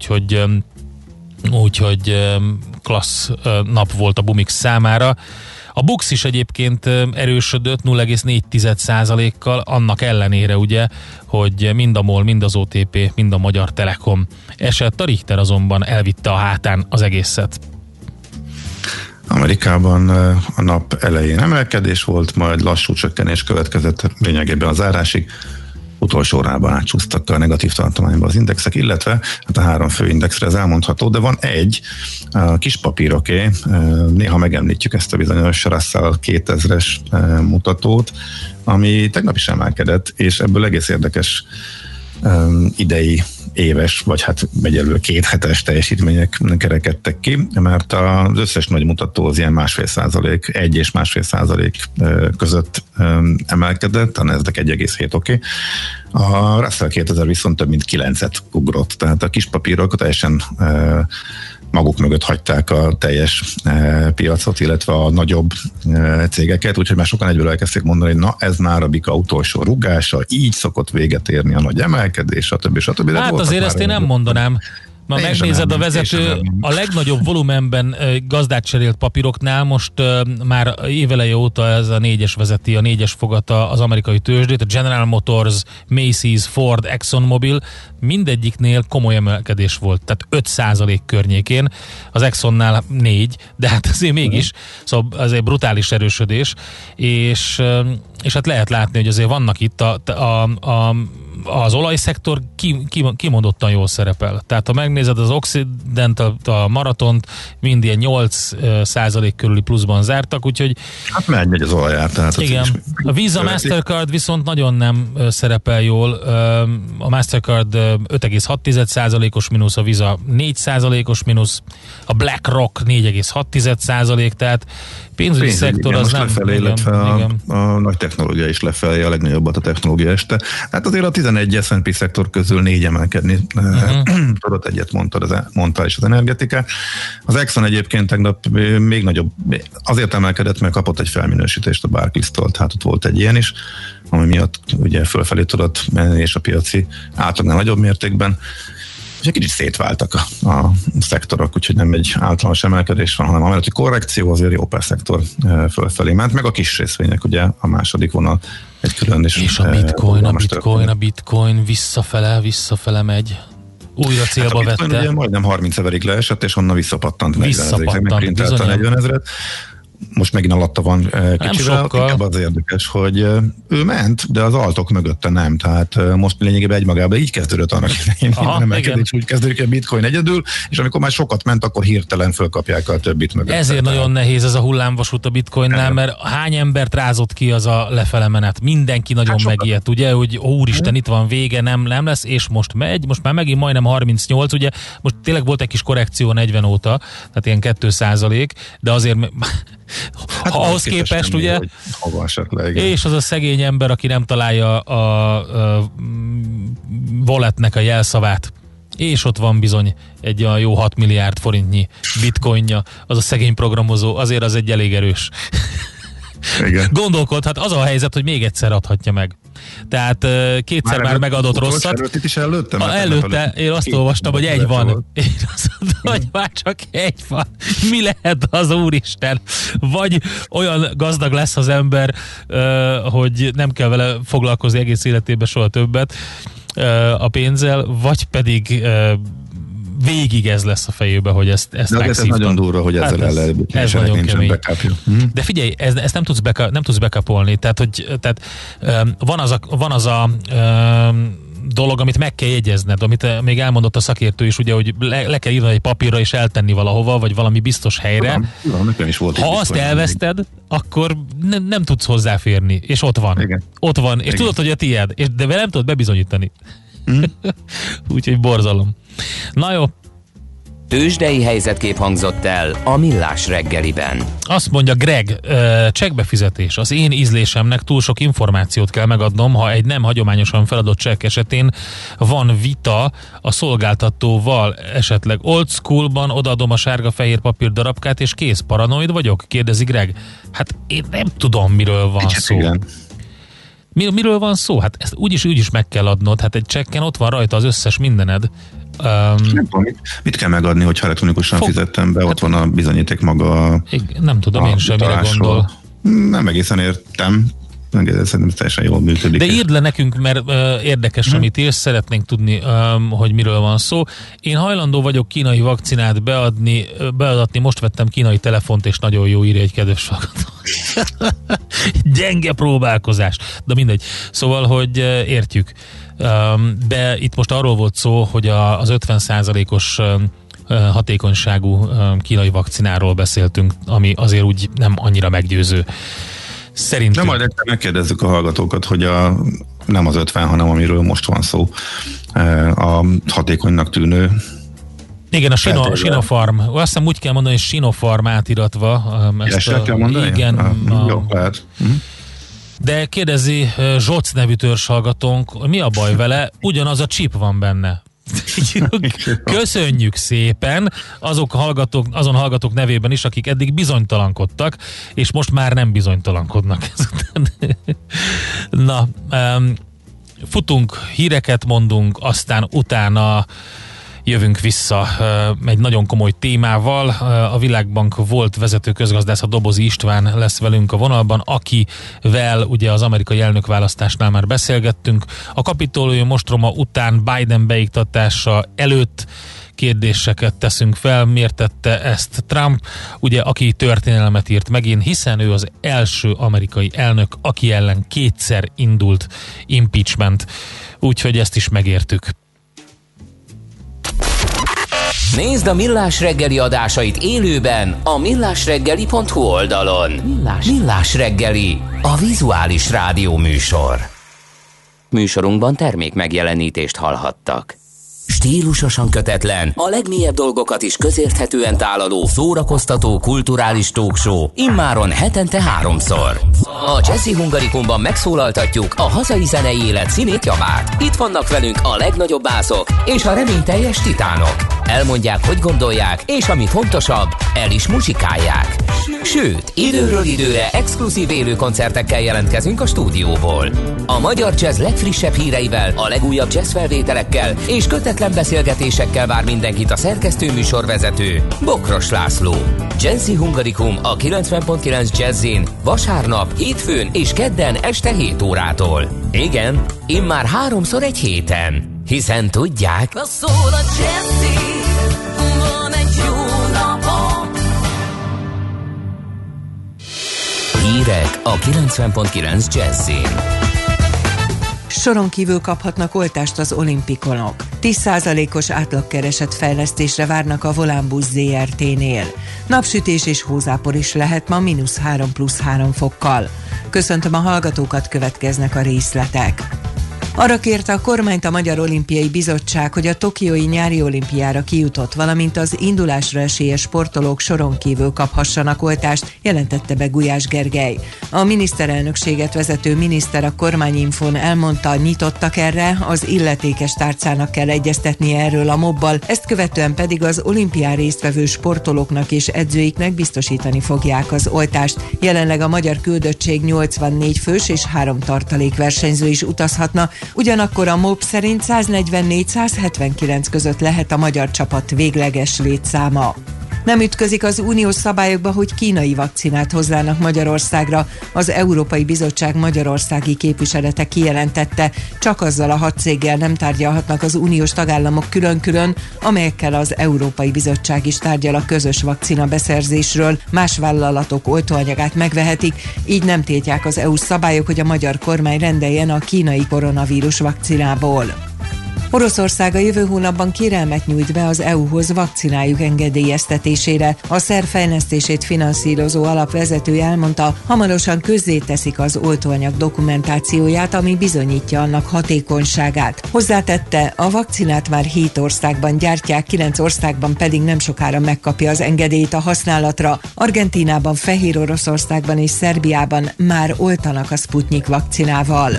úgyhogy klassz nap volt a Bumix számára. A Bux is egyébként erősödött 0,4%-kal, annak ellenére ugye, hogy mind a MOL, mind az OTP, mind a Magyar Telekom esett, a Richter azonban elvitte a hátán az egészet. Amerikában a nap elején emelkedés volt, majd lassú csökkenés következett lényegében a zárásig. Utolsó órában átcsúsztak a negatív tartományba az indexek, illetve hát a 3 fő indexre ez elmondható, de van egy kis papíroké, néha megemlítjük ezt a bizonyos Russell 2000-es mutatót, ami tegnap is emelkedett, és ebből egész érdekes idei éves, vagy hát egyelőre 2 hetes teljesítmények kerekedtek ki, mert az összes nagy mutató az ilyen 1,5%, 1 és 1,5% között emelkedett, a Nasdaq 1,7 oké. A Russell 2000 viszont több mint 9-et ugrott, tehát a kis papírok teljesen maguk mögött hagyták a teljes piacot, illetve a nagyobb cégeket, úgyhogy már sokan egyből elkezdték mondani, hogy na ez már a Bika utolsó rugása, így szokott véget érni a nagy emelkedés, stb. Hát azért ezt én nem mondanám. Ma megnézed a vezető, a legnagyobb volumenben gazdát cserélt papíroknál most már éveleje óta ez a 4-es vezeti, a 4-es fogata az amerikai tőzsdét, a General Motors, Macy's, Ford, ExxonMobil, mindegyiknél komoly emelkedés volt, tehát 5% környékén, az Exxonnál 4, de hát azért mégis, szóval azért brutális erősödés, és hát lehet látni, hogy azért vannak itt az olajszektor kimondottan jól szerepel. Tehát ha megnézed az Occident, a Maratont, mind ilyen 8% körüli pluszban zártak, úgyhogy... Hát megy az olajár. Tehát igen. A Visa Mastercard viszont nagyon nem szerepel jól. A Mastercard 5,6%-os mínusz, a Visa 4%-os mínusz, a BlackRock 4,6%, tehát pénzügyi szektor az nem... Lefelé, illetve a nagy technológia is lefelé, a legnagyobbat a technológia este. Hát azért a 11 S&P szektor közül 4 emelkedni. Tudod, egyet mondtál is az energetikát. Az Exxon egyébként tegnap még nagyobb, azért emelkedett, mert kapott egy felminősítést a Barclays-tól, tehát ott volt egy ilyen is, ami miatt ugye fölfelé tudott menni, és a piaci átlagnál nagyobb mértékben. És egy kicsit szétváltak a szektorok, úgyhogy nem egy általános emelkedés van, hanem amellett, hogy korrekció, azért jó pár szektor fölfelé ment, meg a kis részvények, ugye a második vonal egy külön is. És a bitcoin visszafele megy. Újra célba vette. Ugye majdnem 30 ezerig leesett, és onnan visszapattant 40 ezerig. Megprintelte 40 ezeret. Most megint alatta van kicsivel, inkább az érdekes, hogy ő ment, de az altok mögötte nem, tehát most lényegében egymagában így kezdődött annak idején, emelkedés, úgy kezdődik a bitcoin egyedül, és amikor már sokat ment, akkor hirtelen fölkapják a többit mögötte. Ezért nagyon nehéz ez a hullámvasút a bitcoinnál, mert hány embert rázott ki az a lefele menet, mindenki nagyon megijedt, ugye, hogy úristen, itt van vége, nem lesz, és most megy, most már megint majdnem 38, ugye, most tényleg volt egy kis korrekció 40 óta, tehát ilyen 2%, de azért hát ahhoz képest, ugye, és az a szegény ember, aki nem találja a walletnek a jelszavát, és ott van bizony egy olyan jó 6 milliárd forintnyi bitcoinja, az a szegény programozó, azért az egy elég erős. Igen. Gondolkodhat, az a helyzet, hogy még egyszer adhatja meg. Tehát kétszer már megadott rosszat. Előtte én azt olvastam, hogy egy van. Én azt mondtam, hogy már csak egy van. Mi lehet az úristen? Vagy olyan gazdag lesz az ember, hogy nem kell vele foglalkozni egész életében soha többet a pénzzel, vagy pedig végig ez lesz a fejében, hogy ezt megszívtam. De ez nagyon durva, hogy ezzel el lehet bütni, ez nagyon kemény. De figyelj, ezt nem tudsz backupolni, tehát van az a dolog, amit meg kell jegyezned, amit még elmondott a szakértő is, ugye, hogy le kell írni egy papírra és eltenni valahova, vagy valami biztos helyre. Ha azt elveszted, akkor nem tudsz hozzáférni, és ott van. Igen. Ott van, és igen. Tudod, hogy a tiéd, de nem tudod bebizonyítani. Úgyhogy borzalom. Na jó. Tőzsdei helyzetkép hangzott el a Millás reggeliben. Azt mondja Greg, csekkbefizetés. Az én ízlésemnek túl sok információt kell megadnom, ha egy nem hagyományosan feladott csekk esetén van vita a szolgáltatóval, esetleg old schoolban odaadom a sárga-fehér papír darabkát, és kész, paranoid vagyok? Kérdezi Greg. Hát én nem tudom, miről van szó. Igen. Miről van szó? Hát ezt úgyis meg kell adnod. Hát egy csekken ott van rajta az összes mindened. Nem tudom, mit kell megadni, hogyha elektronikusan fizettem be, ott van a bizonyíték maga. Nem tudom én sem, mire gondol. Nem egészen értem. Szerintem teljesen jól működik. De írd le nekünk, mert érdekes, amit írsz, szeretnénk tudni, hogy miről van szó. Én hajlandó vagyok kínai vakcinát beadatni, most vettem kínai telefont, és nagyon jó, írja egy kedves hallgató. Gyenge próbálkozás. De mindegy. Szóval, hogy értjük. De itt most arról volt szó, hogy az 50%-os hatékonyságú kínai vakcináról beszéltünk, ami azért úgy nem annyira meggyőző. Szerintem. De majd egyszer megkérdezzük a hallgatókat, hogy nem az 50, hanem amiről most van szó, a hatékonynak tűnő. Igen, a Sinopharm. Azt hiszem úgy kell mondani, hogy Sinopharm átiratva. Ezt kell mondani? Igen. Jó, lehet. De kérdezi Zsoc nevű törzshallgatónk, mi a baj vele? Ugyanaz a chip van benne. Köszönjük szépen azon hallgatók nevében is, akik eddig bizonytalankodtak, és most már nem bizonytalankodnak ezután. Na, futunk, híreket mondunk, aztán utána jövünk vissza egy nagyon komoly témával. A Világbank volt vezető közgazdásza Dobozi István lesz velünk a vonalban, akivel ugye az amerikai elnökválasztásnál már beszélgettünk. A Kapitolium ostroma után Biden beiktatása előtt kérdéseket teszünk fel, miért tette ezt Trump, ugye, aki történelmet írt megint, hiszen ő az első amerikai elnök, aki ellen kétszer indult impeachment. Úgyhogy ezt is megértük. Nézd a Millás reggeli adásait élőben a millásreggeli.hu oldalon. Millás reggeli, a vizuális rádió műsor. Műsorunkban termék megjelenítést hallhattak. Stílusosan kötetlen, a legmélyebb dolgokat is közérthetően tálaló, szórakoztató, kulturális talkshow, immáron hetente 3-szor. A Jazzy Hungarikumban megszólaltatjuk a hazai zenei élet színét, javát. Itt vannak velünk a legnagyobb bászok és a reményteljes titánok. Elmondják, hogy gondolják, és ami fontosabb, el is muzsikálják. Sőt, időről időre exkluzív élő koncertekkel jelentkezünk a stúdióból. A magyar jazz legfrissebb híreivel, a legújabb jazz felvételekkel és kötetlen beszélgetésekkel vár mindenkit a szerkesztő műsorvezető, Bokros László. Jazzy Hungarikum a 90.9 Jazzin vasárnap, hétfőn és kedden este 7 órától. Igen, immár 3-szor egy héten. Hiszen tudják... Szól a Jazzy, van egy jó napom. Hírek a 90.9 Jazzin. Soron kívül kaphatnak oltást az olimpikonok. 10%-os átlagkeresett fejlesztésre várnak a Volánbusz ZRT-nél. Napsütés és hózápor is lehet ma -3+3 fokkal. Köszöntöm a hallgatókat, következnek a részletek. Arra kérte a kormányt a Magyar Olimpiai Bizottság, hogy a tokiói nyári olimpiára kijutott, valamint az indulásra esélyes sportolók soron kívül kaphassanak oltást, jelentette be Gulyás Gergely. A miniszterelnökséget vezető miniszter a Kormányinfón elmondta, nyitottak erre, az illetékes tárcának kell egyeztetnie erről a mobbal, ezt követően pedig az olimpián résztvevő sportolóknak és edzőiknek biztosítani fogják az oltást. Jelenleg a magyar küldöttség 84 fős és 3 tartalékversenyző is utazhatna, ugyanakkor a MOB szerint 144-179 között lehet a magyar csapat végleges létszáma. Nem ütközik az uniós szabályokba, hogy kínai vakcinát hozzának Magyarországra. Az Európai Bizottság magyarországi képviselete kijelentette, csak azzal a 6 céggel nem tárgyalhatnak az uniós tagállamok külön-külön, amelyekkel az Európai Bizottság is tárgyal a közös vakcina beszerzésről. Más vállalatok oltóanyagát megvehetik, így nem tiltják az EU szabályok, hogy a magyar kormány rendeljen a kínai koronavírus vakcinából. Oroszország a jövő hónapban kérelmet nyújt be az EU-hoz vakcinájuk engedélyeztetésére. A szerv fejlesztését finanszírozó alap vezetője elmondta, hamarosan közzéteszik az oltóanyag dokumentációját, ami bizonyítja annak hatékonyságát. Hozzátette, a vakcinát már 7 országban gyártják, 9 országban pedig nem sokára megkapja az engedélyt a használatra. Argentínában, Fehéroroszországban és Szerbiában már oltanak a Sputnik vakcinával.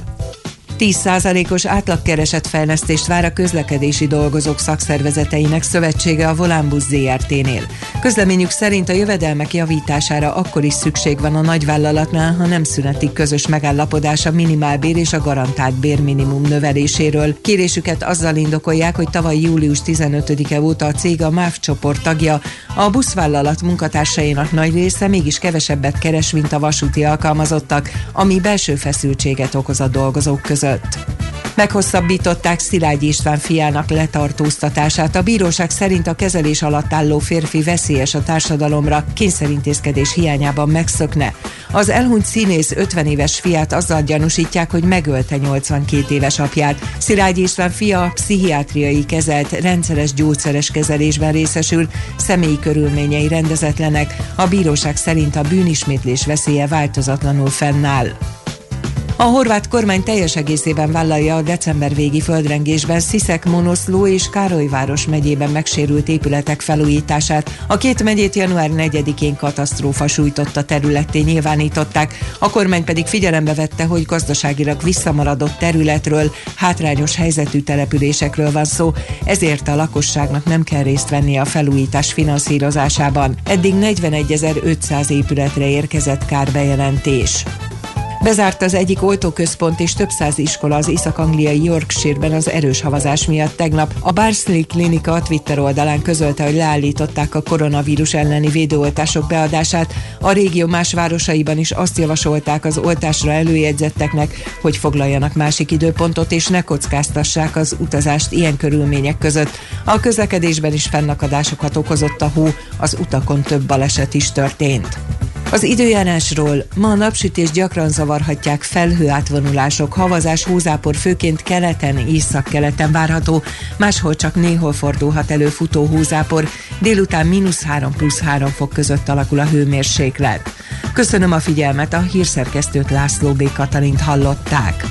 10%-os átlagkeresetfejlesztést vár a közlekedési dolgozók szakszervezeteinek szövetsége a Volánbusz Zrt-nél. Közleményük szerint a jövedelmek javítására akkor is szükség van a nagyvállalatnál, ha nem születik közös megállapodás a minimálbér és a garantált bérminimum növeléséről. Kérésüket azzal indokolják, hogy tavaly július 15-e óta a cég a MÁV csoport tagja, a buszvállalat munkatársainak nagy része mégis kevesebbet keres, mint a vasúti alkalmazottak, ami belső feszültséget okoz a dolgozók között. Meghosszabbították Szilágyi István fiának letartóztatását. A bíróság szerint a kezelés alatt álló férfi veszélyes a társadalomra, kényszerintézkedés hiányában megszökne. Az elhunyt színész 50 éves fiát azzal gyanúsítják, hogy megölte 82 éves apját. Szilágyi István fia pszichiátriai kezelt, rendszeres gyógyszeres kezelésben részesül, személyi körülményei rendezetlenek. A bíróság szerint a bűnismétlés veszélye változatlanul fennáll. A horvát kormány teljes egészében vállalja a december végi földrengésben Sziszek, Monoszló és Károlyváros megyében megsérült épületek felújítását. A két megyét január 4-én katasztrófa sújtotta területté nyilvánították, a kormány pedig figyelembe vette, hogy gazdaságilag visszamaradott területről, hátrányos helyzetű településekről van szó, ezért a lakosságnak nem kell részt venni a felújítás finanszírozásában. Eddig 41.500 épületre érkezett kárbejelentés. Bezárt az egyik oltóközpont és több száz iskola az észak-angliai Yorkshire-ben az erős havazás miatt tegnap. A Barnsley Klinika a Twitter oldalán közölte, hogy leállították a koronavírus elleni védőoltások beadását. A régió más városaiban is azt javasolták az oltásra előjegyzetteknek, hogy foglaljanak másik időpontot és ne kockáztassák az utazást ilyen körülmények között. A közlekedésben is fennakadásokat okozott a hó, az utakon több baleset is történt. Az időjárásról: ma a napsütés gyakran zavarhatják felhőátvonulások, havazás, hózápor főként keleten, északkeleten várható, máshol csak néhol fordulhat elő futó hózápor, délután -3 + 3 fok között alakul a hőmérséklet. Köszönöm a figyelmet, a hírszerkesztőt, László B. Katalint hallották.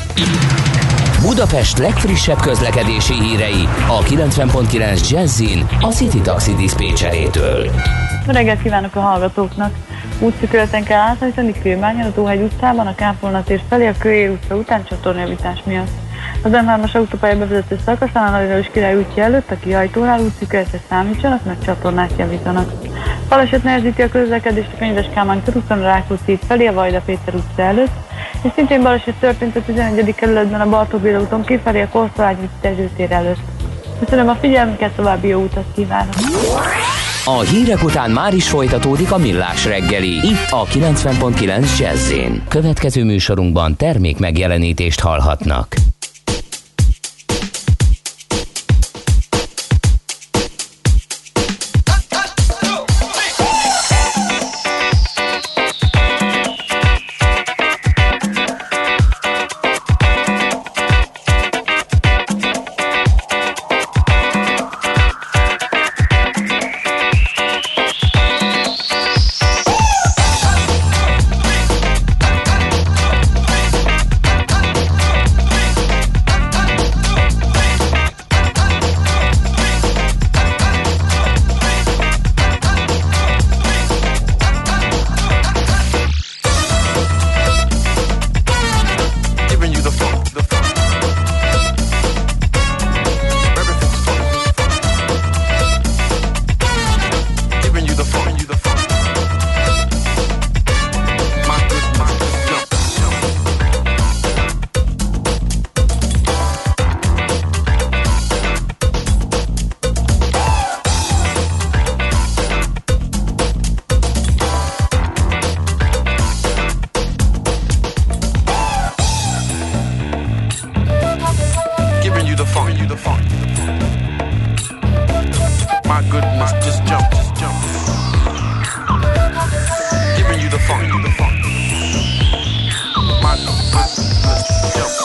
Budapest legfrissebb közlekedési hírei a 90.9 Jazzin a City Taxi diszpécserétől. Reggelt kívánok a hallgatóknak! Útszűkületen kell átállítani Kőbányán, a Tóhegy utcában, a Kápolna tér felé, a Kőér utca után csatornajavítás miatt. Az M3-as autópálya bevezető szakaszán a Nagy Lajos Király útja előtt a kihajtónál útszűkületre számítsanak, mert csatornát javítanak. Baleset nehezíti a közlekedést a Könyves Kálmán körúton, a Rákóczi híd felé, a Vajda Péter utca előtt, és szintén baleset történt a 11. kerületben a Bartók Béla úton kifelé, a Korszolányi Dezső tér előtt. Köszönöm a figyelmüket, további jó utat kívánok! A hírek után már is folytatódik a Millás reggeli, itt a 90.9 Jazz-én. Következő műsorunkban termék megjelenítést hallhatnak. you the funk, you the funk. My goodness, just jump, jump. Giving you the funk, you the funk. My goodness, just jump.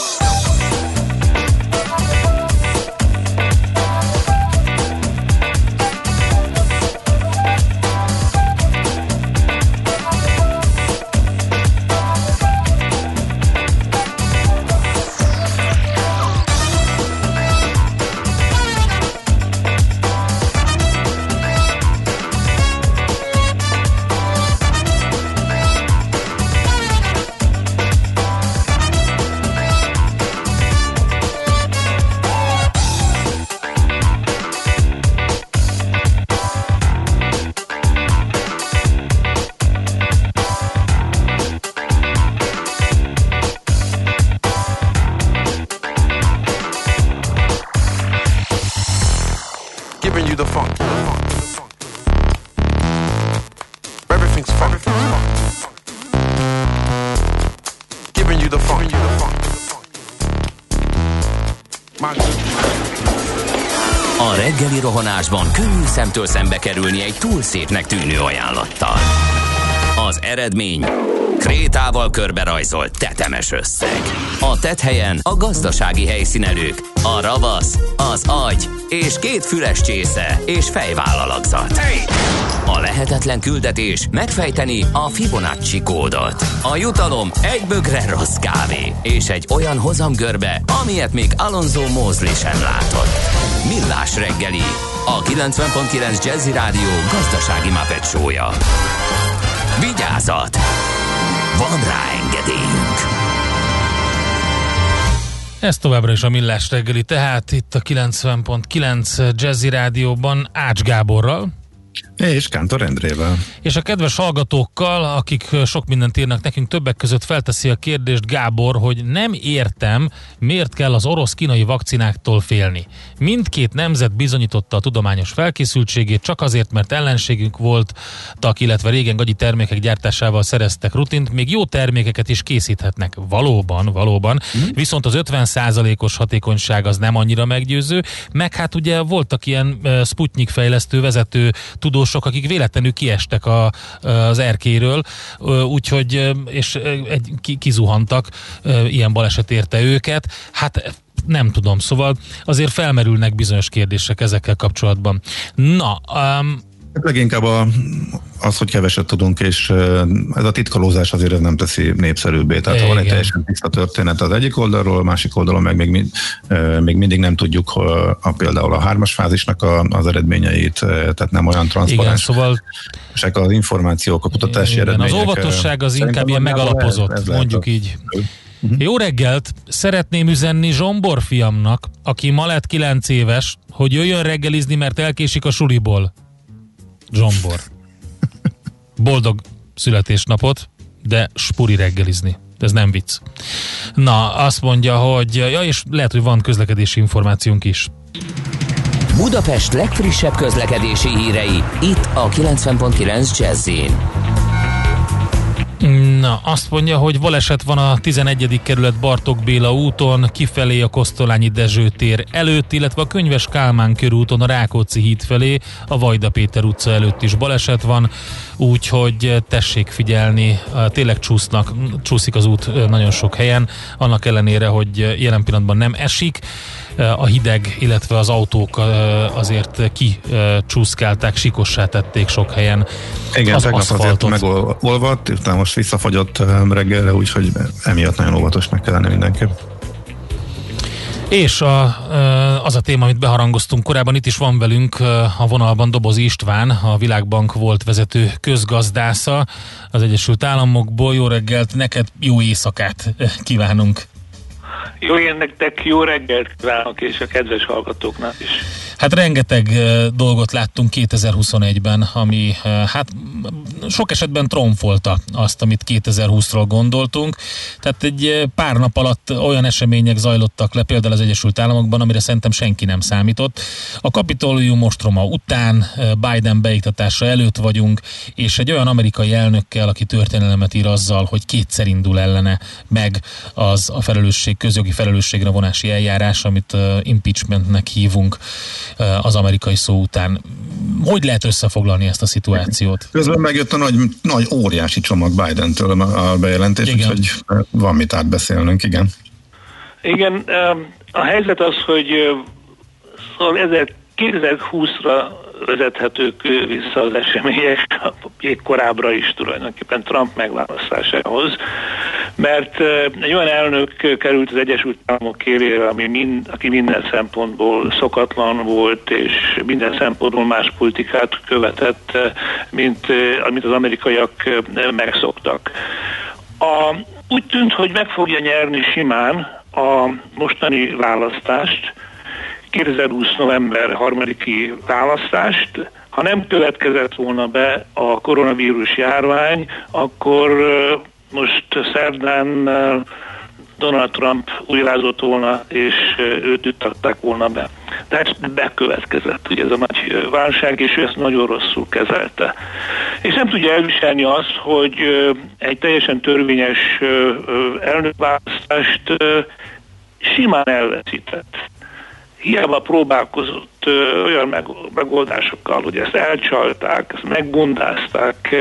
A reggeli rohanásban könnyű szemtől szembe kerülni egy túl szépnek tűnő ajánlattal. Az eredmény krétával körberajzolt tetemes összeg. A tetthelyen a gazdasági helyszínelők, a ravasz, az agy és 2 füles csésze és fejvállalakzat. A lehetetlen küldetés megfejteni a Fibonacci kódot. A jutalom egy bögre rossz kávé és egy olyan hozamgörbe, amilyet még Alonso Mosley sem látott. Millás reggeli, a 90.9 Jazzy Rádió gazdasági Muppet show-ja. Vigyázat! Van rá engedélyünk! Ez továbbra is a Millás reggeli, tehát itt a 90.9 Jazzy Rádióban Ács Gáborral. És Kántor Endrével. És a kedves hallgatókkal, akik sok mindent írnak nekünk, többek között felteszi a kérdést Gábor, hogy nem értem, miért kell az orosz-kínai vakcináktól félni. Mindkét nemzet bizonyította a tudományos felkészültségét, csak azért, mert ellenségünk voltak, illetve régen gagyi termékek gyártásával szereztek rutint, még jó termékeket is készíthetnek. Valóban. Viszont az 50%-os hatékonyság az nem annyira meggyőző, meg hát ugye voltak ilyen Sputnik fejlesztő vezető tudósok, akik véletlenül kiestek az erkéről, úgyhogy és kizuhantak, ilyen baleset érte őket. Hát nem tudom, szóval azért felmerülnek bizonyos kérdések ezekkel kapcsolatban. Na, leginkább az, hogy keveset tudunk, és ez a titkolózás azért ez nem teszi népszerűbbé. Tehát ha van egy teljesen tiszta történet az egyik oldalról, a másik oldalon meg még mindig nem tudjuk például a 3-as fázisnak az eredményeit, tehát nem olyan transzparens. Igen, szóval az információk, a kutatási eredmények. Az óvatosság az inkább ilyen megalapozott, mondjuk így. Jó reggelt! Szeretném üzenni Zsombor fiamnak, aki ma lett 9 éves, hogy jöjjön reggelizni, mert elkésik a suliból. Zsombor. Boldog születésnapot, de spuri reggelizni. Ez nem vicc. Na, azt mondja, hogy és lehet, hogy van közlekedési információnk is. Budapest legfrissebb közlekedési hírei, itt a 90.9 Jazz-in. Na, azt mondja, hogy baleset van a 11. kerület Bartók Béla úton, kifelé a Kosztolányi Dezső tér előtt, illetve a Könyves Kálmán körúton a Rákóczi híd felé, a Vajda Péter utca előtt is baleset van, úgyhogy tessék figyelni, tényleg csúszik az út nagyon sok helyen, annak ellenére, hogy jelen pillanatban nem esik, a hideg, illetve az autók azért kicsúszkálták, sikossá tették sok helyen. Igen, az tegnap aszfaltot. azért megolvadt, utána most visszafagyott reggelre, úgyhogy emiatt nagyon óvatosnak kell lenni mindenképp. És az a téma, amit beharangoztunk korábban, itt is van velünk a vonalban Dobozi István, a Világbank volt vezető közgazdásza az Egyesült Államokból. Jó reggelt, neked jó éjszakát kívánunk! Jó, én nektek jó reggelt kívánok, és a kedves hallgatóknak is. Hát rengeteg dolgot láttunk 2021-ben, ami hát sok esetben tromfolta azt, amit 2020-ról gondoltunk. Tehát egy pár nap alatt olyan események zajlottak le, például az Egyesült Államokban, amire szerintem senki nem számított. A Kapitolium ostroma után, Biden beiktatása előtt vagyunk, és egy olyan amerikai elnökkel, aki történelmet ír azzal, hogy kétszer indul ellene meg az a felelősség, közjogi felelősségre vonási eljárás, amit impeachmentnek hívunk az amerikai szó után. Hogy lehet összefoglalni ezt a szituációt? Közben megjött a nagy óriási csomag Bidentől a bejelentés, úgyhogy van mit átbeszélnünk, igen. Igen, a helyzet az, hogy szóval 2020-ra vezethetők vissza az események, még korábbra is tulajdonképpen Trump megválasztásához, mert egy olyan elnök került az Egyesült Államok élére, aki minden szempontból szokatlan volt, és minden szempontból más politikát követett, mint amit az amerikaiak megszoktak. Úgy tűnt, hogy meg fogja nyerni simán a mostani választást, 2020. november 3-i választást. Ha nem következett volna be a koronavírus járvány, akkor most szerdán Donald Trump újrázott volna, és őt juttatták volna be. Tehát bekövetkezett ugye ez a nagy válság, és ő ezt nagyon rosszul kezelte. És nem tudja elviselni azt, hogy egy teljesen törvényes elnökválasztást simán elveszített. Hiába próbálkozott olyan megoldásokkal, hogy ezt elcsalták, ezt megbundázták.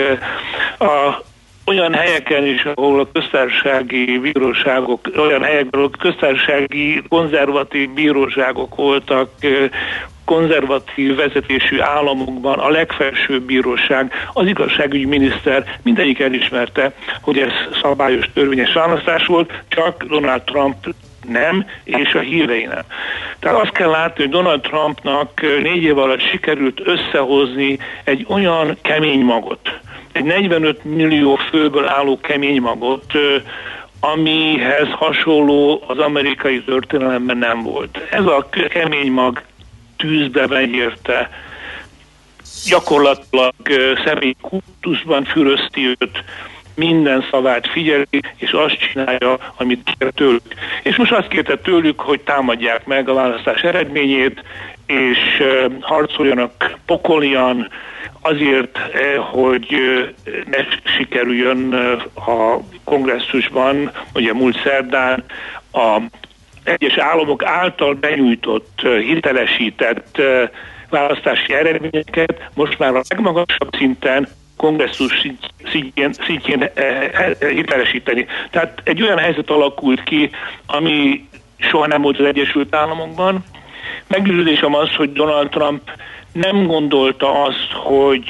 Olyan helyeken is, ahol a köztársasági bíróságok, olyan helyekben, ahol köztársasági konzervatív bíróságok voltak, konzervatív vezetésű államokban a legfelsőbb bíróság, az igazságügyminiszter mindegyik elismerte, hogy ez szabályos törvényes választás volt, csak Donald Trump nem, és a hírei nem. Tehát azt kell látni, hogy Donald Trumpnak 4 év alatt sikerült összehozni egy olyan kemény magot, egy 45 millió főből álló kemény magot, amihez hasonló az amerikai történelemben nem volt. Ez a kemény mag tűzbe megérte, gyakorlatilag személyi kultuszban fürözti őt, minden szavát figyeli, és azt csinálja, amit kér tőlük. És most azt kérte tőlük, hogy támadják meg a választás eredményét, és harcoljanak pokolian azért, hogy ne sikerüljön a kongresszusban, ugye múlt szerdán a egyes államok által benyújtott, hitelesített választási eredményeket most már a legmagasabb szinten, kongresszus szintjén hitelesíteni. Tehát egy olyan helyzet alakult ki, ami soha nem volt az Egyesült Államokban. Meggyőződésem az, hogy Donald Trump nem gondolta azt, hogy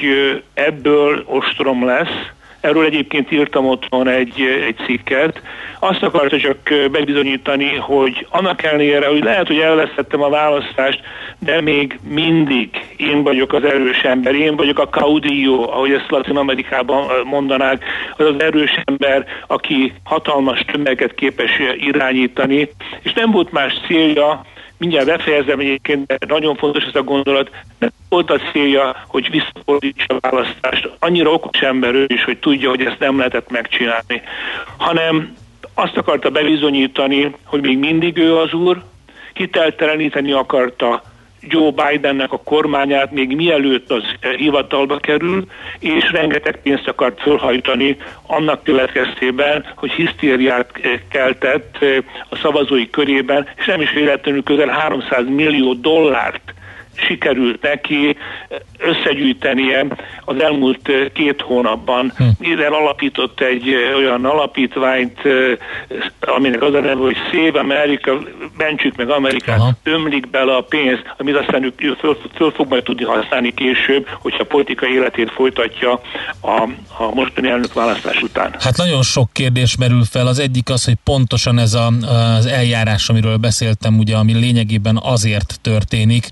ebből ostrom lesz. Erről egyébként írtam otthon egy cikket. Azt akarta csak bebizonyítani, hogy annak ellenére, hogy lehet, hogy elvesztettem a választást, de még mindig én vagyok az erős ember, én vagyok a caudillo, ahogy ezt Latin Amerikában mondanák, az az erős ember, aki hatalmas tömeget képes irányítani, és nem volt más célja, mindjárt befejezem egyébként, de nagyon fontos ez a gondolat, nem volt a célja, hogy visszafordítsa a választást. Annyira okos ember ő is, hogy tudja, hogy ezt nem lehetett megcsinálni. Hanem azt akarta bebizonyítani, hogy még mindig ő az úr, hitelteleníteni akarta Joe Bidennek a kormányát még mielőtt az hivatalba kerül, és rengeteg pénzt akart fölhajtani annak következtében, hogy hisztériát keltett a szavazói körében, és nem is véletlenül közel 300 millió dollárt sikerült neki összegyűjtenie az elmúlt 2 hónapban. Mivel alapított egy olyan alapítványt, aminek az a neve, hogy Save America, mentsük meg Amerikát, ömlik bele a pénz, amit aztán ő föl fog majd tudni használni később, hogyha politikai életét folytatja a mostani elnökválasztás után. Hát nagyon sok kérdés merül fel. Az egyik az, hogy pontosan ez az eljárás, amiről beszéltem, ugye, ami lényegében azért történik,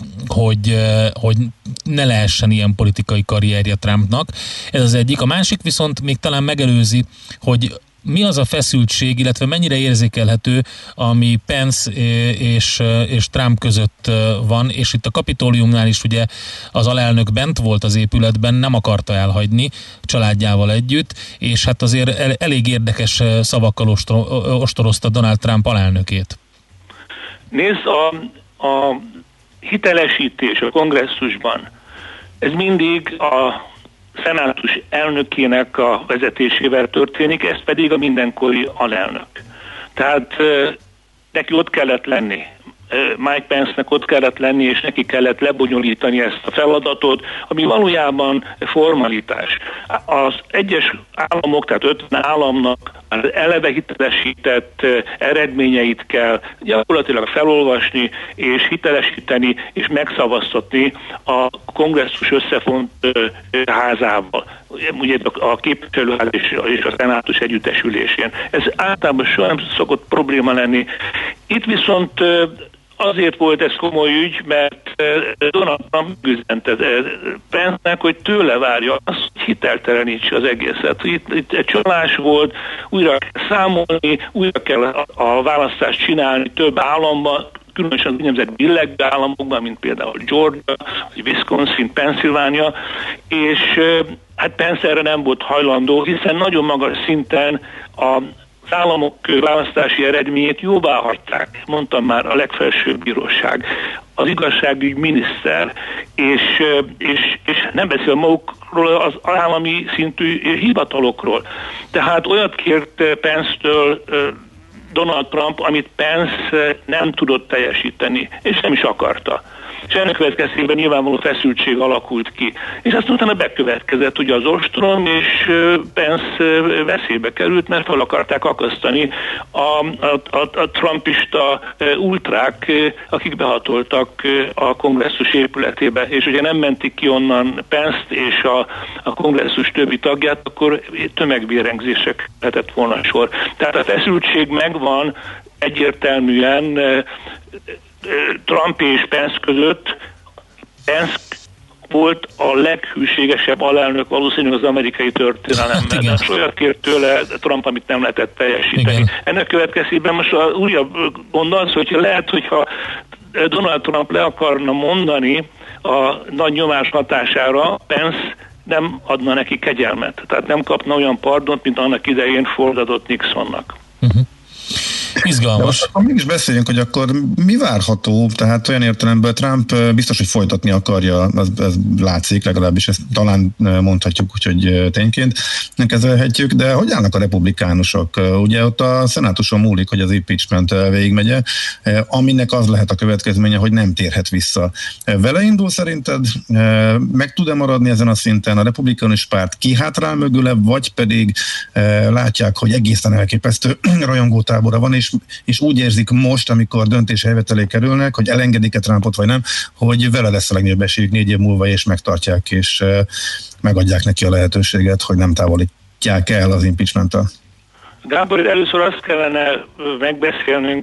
hogy ne lehessen ilyen politikai karrierje Trumpnak. Ez az egyik. A másik viszont még talán megelőzi, hogy mi az a feszültség, illetve mennyire érzékelhető, ami Pence és Trump között van, és itt a Kapitoliumnál is ugye az alelnök bent volt az épületben, nem akarta elhagyni családjával együtt, és hát azért elég érdekes szavakkal ostorozta Donald Trump alelnökét. Nézd, a hitelesítés a kongresszusban, ez mindig a szenátus elnökének a vezetésével történik, ez pedig a mindenkori alelnök. Tehát neki ott kellett lenni. Mike Pence-nek ott kellett lenni, és neki kellett lebonyolítani ezt a feladatot, ami valójában formalitás. Az egyes államok, tehát 50 államnak az eleve hitelesített eredményeit kell gyakorlatilag felolvasni, és hitelesíteni, és megszavaztatni a kongresszus összefont házával. Ugye a képviselőház és a szenátus együttesülésén. Ez általában soha nem szokott probléma lenni. Itt viszont azért volt ez komoly ügy, mert Donald Trump üzente Pence-nek, hogy tőle várja azt, hogy hiteltelenítse az egészet. Itt egy csalás volt, újra kell számolni, újra kell a választást csinálni több államban, különösen az úgynevezett billegő államokban, mint például Georgia, vagy Wisconsin, Pennsylvania, és hát Pence erre nem volt hajlandó, hiszen nagyon magas szinten az államok választási eredményét jóvá hagyták, mondtam már, a legfelsőbb bíróság, az igazságügy miniszter, és nem beszél magukról az állami szintű hivatalokról. Tehát olyat kért Pence-től Donald Trump, amit Pence nem tudott teljesíteni, és nem is akarta. És ennek következtében nyilvánvaló feszültség alakult ki. És azt utána bekövetkezett ugye az ostrom, és Pence veszélybe került, mert fel akarták akasztani a trumpista ultrák, akik behatoltak a kongresszus épületébe, és ugye nem mentik ki onnan Pence-t és a kongresszus többi tagját, akkor tömegvérengzések lehetett volna sor. Tehát a feszültség megvan egyértelműen Trump és Pence között. Pence volt a leghűségesebb alelnök valószínűleg az amerikai történelemben. Hát olyat kért tőle Trump, amit nem lehetett teljesíteni. Igen. Ennek következtében most újabb gond az, hogy lehet, hogyha Donald Trump le akarna mondani a nagy nyomás hatására, Pence nem adna neki kegyelmet. Tehát nem kapna olyan pardont, mint annak idején Ford adott Nixonnak. Izgalmas. Akkor mégis beszéljünk, hogy akkor mi várható, tehát olyan értelemben Trump biztos, hogy folytatni akarja, az látszik, legalábbis ezt talán mondhatjuk, hogy tényként kezelhetjük, de hogy állnak a republikánusok? Ugye ott a szenátuson múlik, hogy az impeachment végigmegye, aminek az lehet a következménye, hogy nem térhet vissza. Vele indul szerinted, meg tud-e maradni ezen a szinten a republikánus párt kihátrál mögüle, vagy pedig látják, hogy egészen elképesztő rajongótábora van, és úgy érzik most, amikor döntéshelyvet elé kerülnek, hogy elengedik-e Trumpot vagy nem, hogy vele lesz a legnagyobb esélyük 4 év múlva, és megtartják, és megadják neki a lehetőséget, hogy nem távolítják el az impeachment-től. Gábor, először azt kellene megbeszélnünk,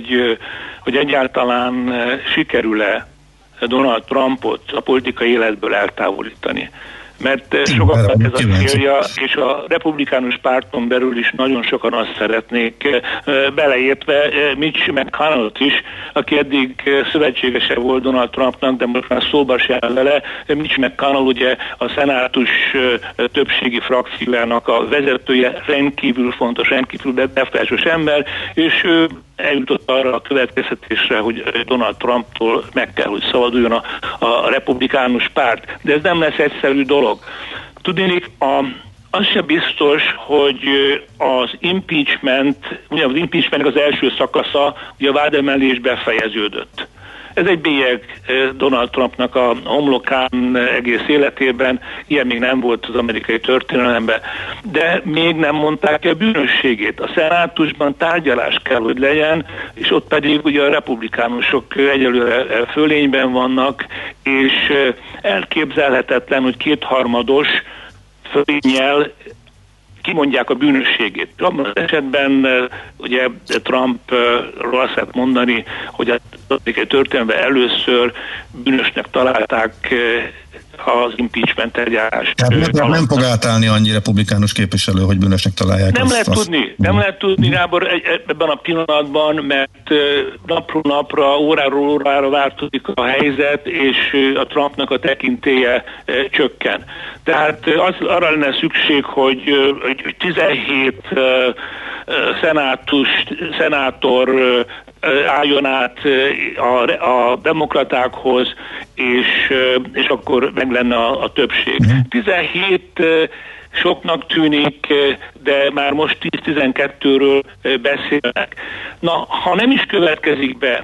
hogy egyáltalán sikerül-e Donald Trumpot a politikai életből eltávolítani. Mert sokaknak ez a célja, és a republikánus párton belül is nagyon sokan azt szeretnék, beleértve Mitch McConnell-t is, aki eddig szövetségese volt Donald Trumpnak, de most már szóba se áll vele. Mitch McConnell ugye a szenátus többségi frakciójának a vezetője, rendkívül fontos, rendkívül befolyásos ember, és ő eljutott arra a következtetésre, hogy Donald Trumptól meg kell, hogy szabaduljon a republikánus párt. De ez nem lesz egyszerű dolog. Tudnék, az sem biztos, hogy az impeachment, ugye az impeachmentnek az első szakasza, ugye a vádemelés befejeződött. Ez egy bélyeg Donald Trumpnak a homlokán egész életében, ilyen még nem volt az amerikai történelemben, de még nem mondták el bűnösségét. A szenátusban tárgyalás kell, hogy legyen, és ott pedig ugye a republikánusok egyelőre fölényben vannak, és elképzelhetetlen, hogy 2/3 fölénnyel kimondják a bűnösségét. Abban az esetben ugye Trumpról azt lehet mondani, hogy a történelemben először bűnösnek találták az impeachment eljárás. Tehát nem fog átállni annyi republikánus képviselő, hogy bűnösnek találják. Nem lehet tudni, Gábor, ebben a pillanatban, mert napról napra, óráról órára változik a helyzet, és a Trumpnak a tekintélye csökken. Tehát arra lenne szükség, hogy 17 szenátor álljon át a demokratákhoz, és akkor meg lenne a többség. 17 soknak tűnik, de már most 10-12-ről beszélnek. Na, ha nem is következik be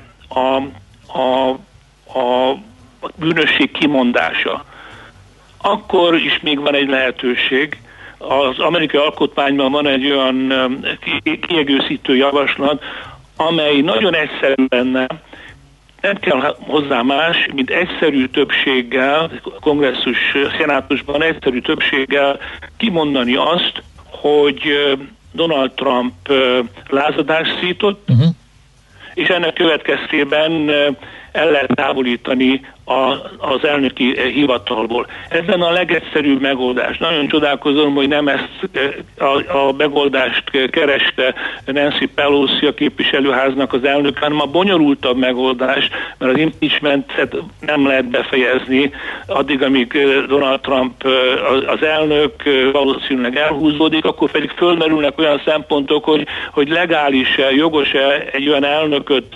a bűnösség kimondása, akkor is még van egy lehetőség. Az amerikai alkotmányban van egy olyan kiegészítő javaslat, amely nagyon egyszerű lenne, nem kell hozzá más, mint egyszerű többséggel, kongresszus, szenátusban egyszerű többséggel kimondani azt, hogy Donald Trump lázadást szított, és ennek következtében el lehet távolítani az elnöki hivatalból. Ez lenne a legegyszerűbb megoldás. Nagyon csodálkozom, hogy nem ezt a megoldást kereste Nancy Pelosi, a képviselőháznak az elnök, hanem a bonyolultabb megoldás, mert az impeachmentet nem lehet befejezni addig, amíg Donald Trump az elnök, valószínűleg elhúzódik, akkor pedig fölmerülnek olyan szempontok, hogy legális-e, jogos-e egy olyan elnököt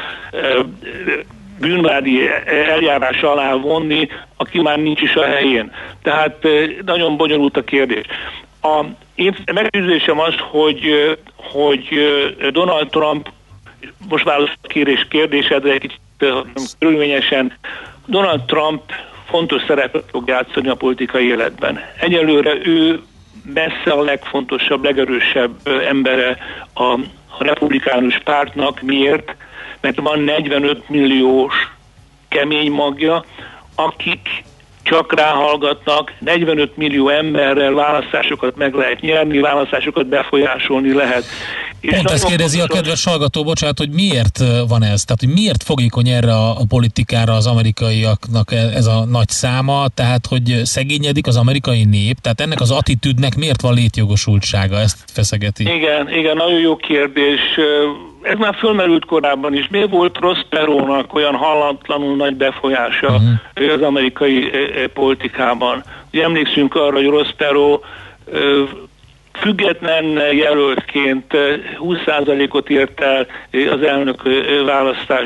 bűnvádi eljárás alá vonni, aki már nincs is a helyén. Tehát nagyon bonyolult a kérdés. Én meggyőződésem az, hogy Donald Trump, most válaszol a kérdésedre egy kicsit körülményesen, Donald Trump fontos szerepet fog játszani a politikai életben. Egyelőre ő messze a legfontosabb, legerősebb embere a republikánus pártnak. Miért? Mert van 45 milliós kemény magja, akik csak ráhallgatnak, 45 millió emberrel választásokat meg lehet nyerni, választásokat befolyásolni lehet. Pont ezt kérdezi a kedves hallgató, bocsánat, hogy miért van ez? Tehát, hogy miért fogékony erre a politikára az amerikaiaknak ez a nagy száma? Tehát, hogy szegényedik az amerikai nép? Tehát ennek az attitűdnek miért van létjogosultsága? Ezt feszegeti. Igen, nagyon jó kérdés. Ez már fölmerült korábban is. Miért volt Ross Perotnak olyan hallatlanul nagy befolyása az amerikai politikában? Ugye emlékszünk arra, hogy Ross Perot független jelöltként 20%-ot ért el az elnök választás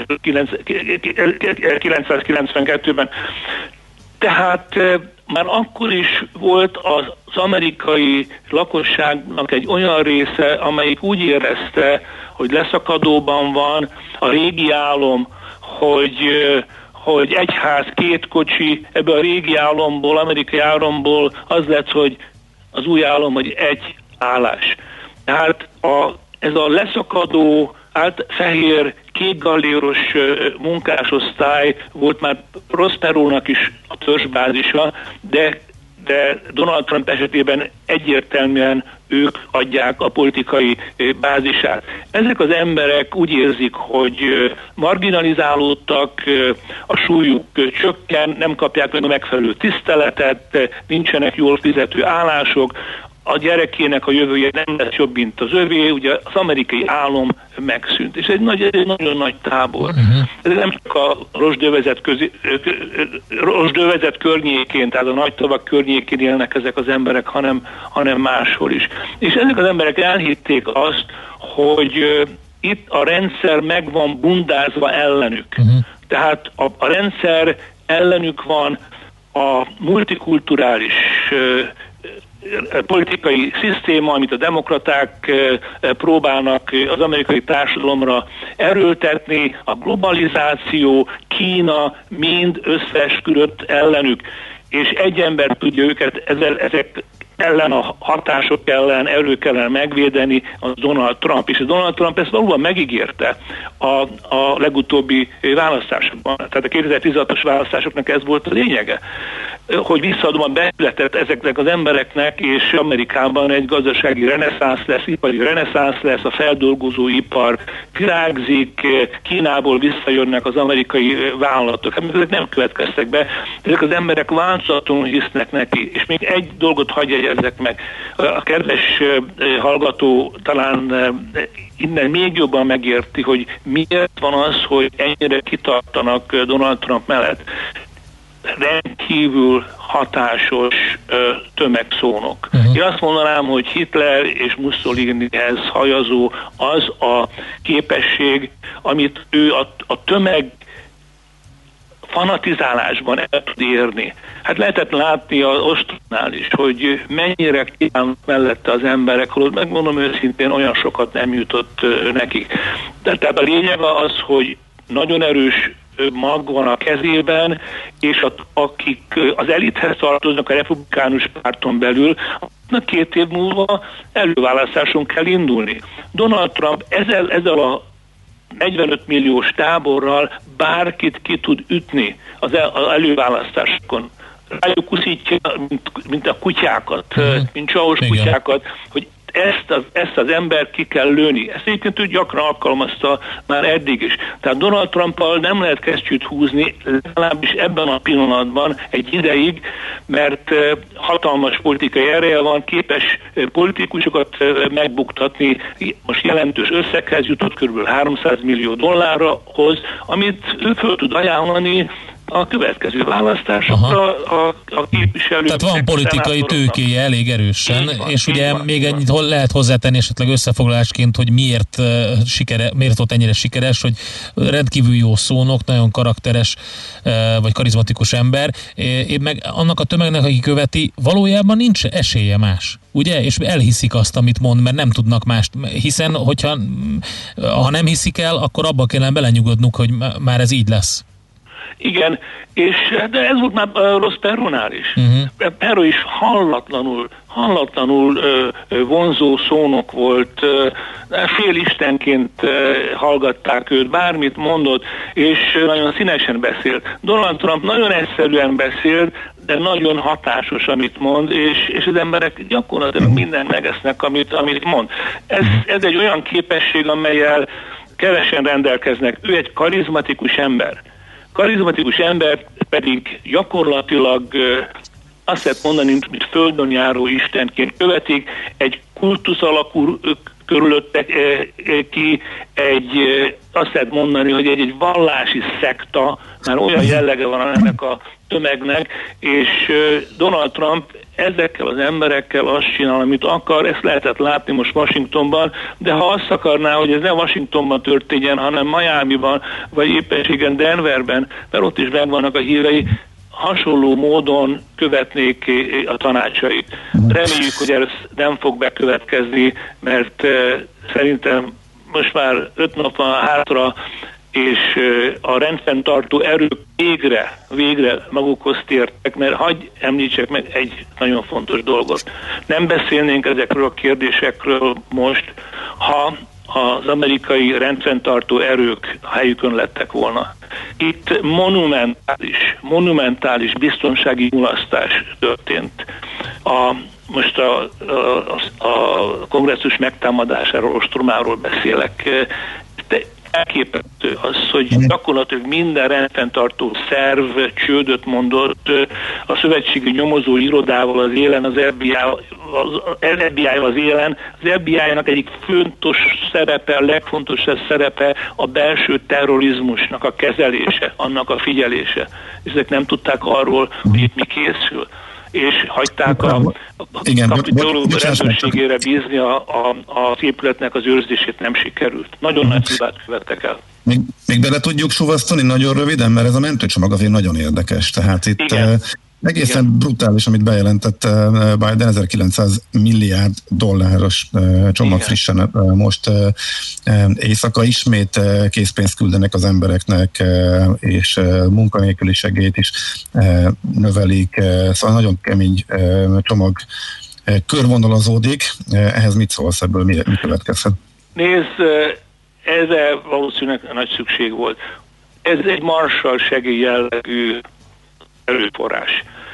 1992-ben. Tehát már akkor is volt az amerikai lakosságnak egy olyan része, amelyik úgy érezte, hogy leszakadóban van a régi álom, hogy egy ház, két kocsi, ebből a régi álomból, amerikai álomból az lett, hogy az új álom, hogy egy állás. Tehát ez a leszakadó, fehér, kékgalléros munkásosztály volt már Ross Perotnak is a törzsbázisa, de Donald Trump esetében egyértelműen ők adják a politikai bázisát. Ezek az emberek úgy érzik, hogy marginalizálódtak, a súlyuk csökken, nem kapják meg a megfelelő tiszteletet, nincsenek jól fizető állások, a gyerekének a jövője nem lesz jobb, mint az övé, ugye az amerikai álom megszűnt. És egy nagyon nagy tábor. Ez nem csak a Rozsdövezet környékén, tehát a nagy tavak környékén élnek ezek az emberek, hanem máshol is. És ezek az emberek elhitték azt, hogy itt a rendszer meg van bundázva ellenük. Tehát a rendszer ellenük van, a multikulturális politikai szisztéma, amit a demokraták próbálnak az amerikai társadalomra erőltetni, a globalizáció, Kína mind összeesküdött ellenük, és egy ember tudja őket ezek ellen, a hatások ellen, erők ellen megvédeni, az Donald Trump. És a Donald Trump ezt valóban megígérte a legutóbbi választásokban. Tehát a 2016-os választásoknak ez volt a lényege. hogy visszaadom a becsületet ezeknek az embereknek, és Amerikában egy gazdasági reneszánsz lesz, ipari reneszánsz lesz, a feldolgozóipar virágzik, Kínából visszajönnek az amerikai vállalatok. Ezek nem következtek be, ezek az emberek változatlanul hisznek neki. És még egy dolgot hagyj jegyezzek meg. A kedves hallgató talán innen még jobban megérti, hogy miért van az, hogy ennyire kitartanak Donald Trump mellett. Rendkívül hatásos tömegszónok. Én azt mondanám, hogy Hitler és Mussolinihez hajazó az a képesség, amit ő a tömeg fanatizálásban el tud érni. Hát lehetett látni az ostromnál is, hogy mennyire kívánnak mellette az emberek, holott megmondom őszintén, olyan sokat nem jutott nekik. Tehát a lényeg az, hogy nagyon erős mag van a kezében, és akik az elithez tartoznak a republikánus párton belül, 2 év múlva előválasztáson kell indulni. Donald Trump ezzel a 45 milliós táborral bárkit ki tud ütni az előválasztásokon. Rájuk uszítja, mint a kutyákat, mint csavos kutyákat, hogy ezt az ember ki kell lőni. Ezt egyébként ő gyakran alkalmazta már eddig is. Tehát Donald Trumpal nem lehet kesztyűt húzni, legalábbis ebben a pillanatban egy ideig, mert hatalmas politikai ereje van, képes politikusokat megbuktatni, most jelentős összeghez jutott, kb. $300 millió, amit ő föl tud ajánlani a következő választásokra a képviselők. Tehát van politikai tőkéje elég erősen, és ugye még ennyit lehet hozzátenni esetleg összefoglalásként, hogy miért volt ennyire sikeres, hogy rendkívül jó szónok, nagyon karakteres vagy karizmatikus ember, én meg annak a tömegnek, aki követi, valójában nincs esélye más. Ugye? És elhiszik azt, amit mond, mert nem tudnak mást, hiszen ha nem hiszik el, akkor abba kellene belenyugodnunk, hogy már ez így lesz. Igen, és de ez volt már Ross Perronál is. Perro is hallatlanul vonzó szónok volt, félistenként hallgatták őt, bármit mondott, és nagyon színesen beszélt. Donald Trump nagyon egyszerűen beszélt, de nagyon hatásos, amit mond, és az emberek gyakorlatilag mindent megesznek, amit mond. Ez egy olyan képesség, amelyel kevesen rendelkeznek. Ő egy karizmatikus ember. Karizmatikus ember pedig gyakorlatilag azt lehet mondani, mint földön járó istenként követik, egy kultusz alakul körülötte ki, azt lehet mondani, hogy egy vallási szekta, már olyan jellege van ennek a tömegnek, és Donald Trump ezekkel az emberekkel azt csinál, amit akar, ezt lehetett látni most Washingtonban, de ha azt akarná, hogy ez nem Washingtonban történjen, hanem Miamiban, vagy éppenségen Denverben, mert ott is megvannak a hírei, hasonló módon követnék a tanácsait. Reméljük, hogy ez nem fog bekövetkezni, mert szerintem most már 5 nap van hátra, és a rendfenntartó erők végre magukhoz tértek, mert hagyj említsek meg egy nagyon fontos dolgot. Nem beszélnénk ezekről a kérdésekről most, ha az amerikai rendfenntartó erők a helyükön lettek volna. Itt monumentális biztonsági mulasztás történt. Most a kongresszus megtámadásáról, ostromáról beszélek, de elképesztő az, hogy gyakorlatilag minden rendfenntartó szerv csődöt mondott, a szövetségi nyomozó irodával az élen, az FBI-val az élen. Az FBI-nak egyik fontos szerepe, a legfontosabb szerepe a belső terrorizmusnak a kezelése, annak a figyelése. Ezek nem tudták arról, hogy itt mi készül. És hagyták a Kapitolium rendőrségére bízni az épületnek az őrzését, nem sikerült. Nagyon nagy hibát követtek el. Még bele tudjuk suvasztani nagyon röviden, mert ez a mentőcsomag azért nagyon érdekes. Tehát itt egészen brutális, amit bejelentett Biden, $1900 milliárd csomag frissen most éjszaka ismét készpénzt küldenek az embereknek, és munkanélküli segélyt is növelik. Szóval nagyon kemény csomag körvonalazódik. Ehhez mit szólsz ebből, mi következhet? Nézd, erre valószínűleg nagy szükség volt. Ez egy Marshall segély jellegű erőforrás.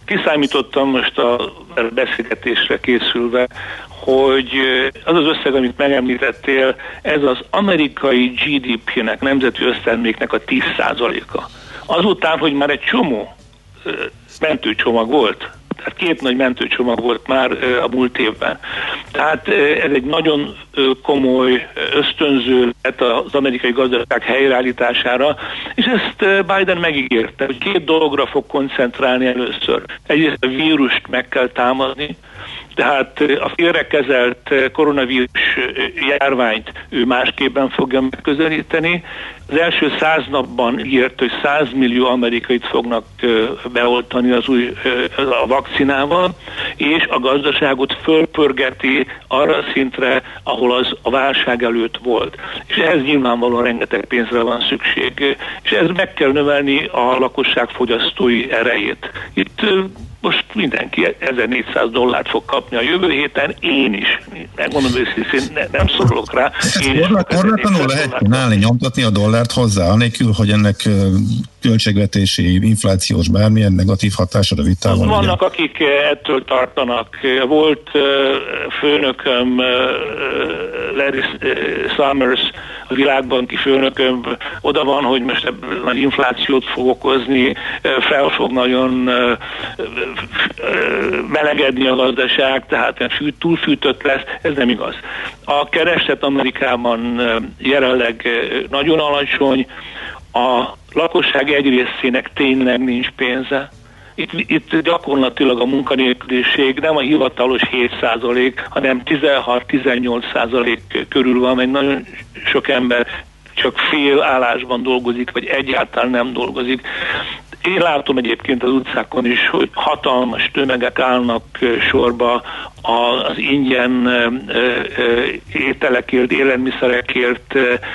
Kiszámítottam most a beszélgetésre készülve, hogy az az összeg, amit megemlítettél, ez az amerikai GDP-nek, nemzeti összterméknek a 10%-a. Azután, hogy már egy csomó mentőcsomag volt, tehát 2 nagy mentőcsomag volt már a múlt évben. Tehát ez egy nagyon komoly ösztönző lett az amerikai gazdaság helyreállítására, és ezt Biden megígérte, hogy 2 dologra fog koncentrálni először. Egyrészt a vírust meg kell támadni, tehát a félrekezelt koronavírus járványt ő másképpen fogja megközelíteni. Az első 100 napban írt, hogy 100 millió amerikait fognak beoltani a vakcinával, és a gazdaságot fölpörgeti arra a szintre, ahol az a válság előtt volt. És ehhez nyilvánvalóan rengeteg pénzre van szükség, és ez meg kell növelni a lakosság fogyasztói erejét. Itt most mindenki $1400 fog kapni a jövő héten, én is. Megmondom őszintén, nem szorulok rá. Korlátlanul lehet csinálni, nyomtatni a dollárt hozzá, anélkül, hogy ennek költségvetési, inflációs bármilyen negatív hatása a vitában. Vannak, akik ettől tartanak. Volt főnököm, Larry Summers, a világbanki főnököm, oda van, hogy most nagy inflációt fog okozni, fel fog nagyon melegedni a gazdaság, tehát túlfűtött lesz, ez nem igaz. A kereslet Amerikában jelenleg nagyon alacsony, a lakosság egy részének tényleg nincs pénze. Itt gyakorlatilag a munkanélküliség nem a hivatalos 7%, hanem 16-18% körül van, mert nagyon sok ember csak fél állásban dolgozik, vagy egyáltalán nem dolgozik. Én látom egyébként az utcákon is, hogy hatalmas tömegek állnak sorba az ingyen ételekért, élelmiszerekért,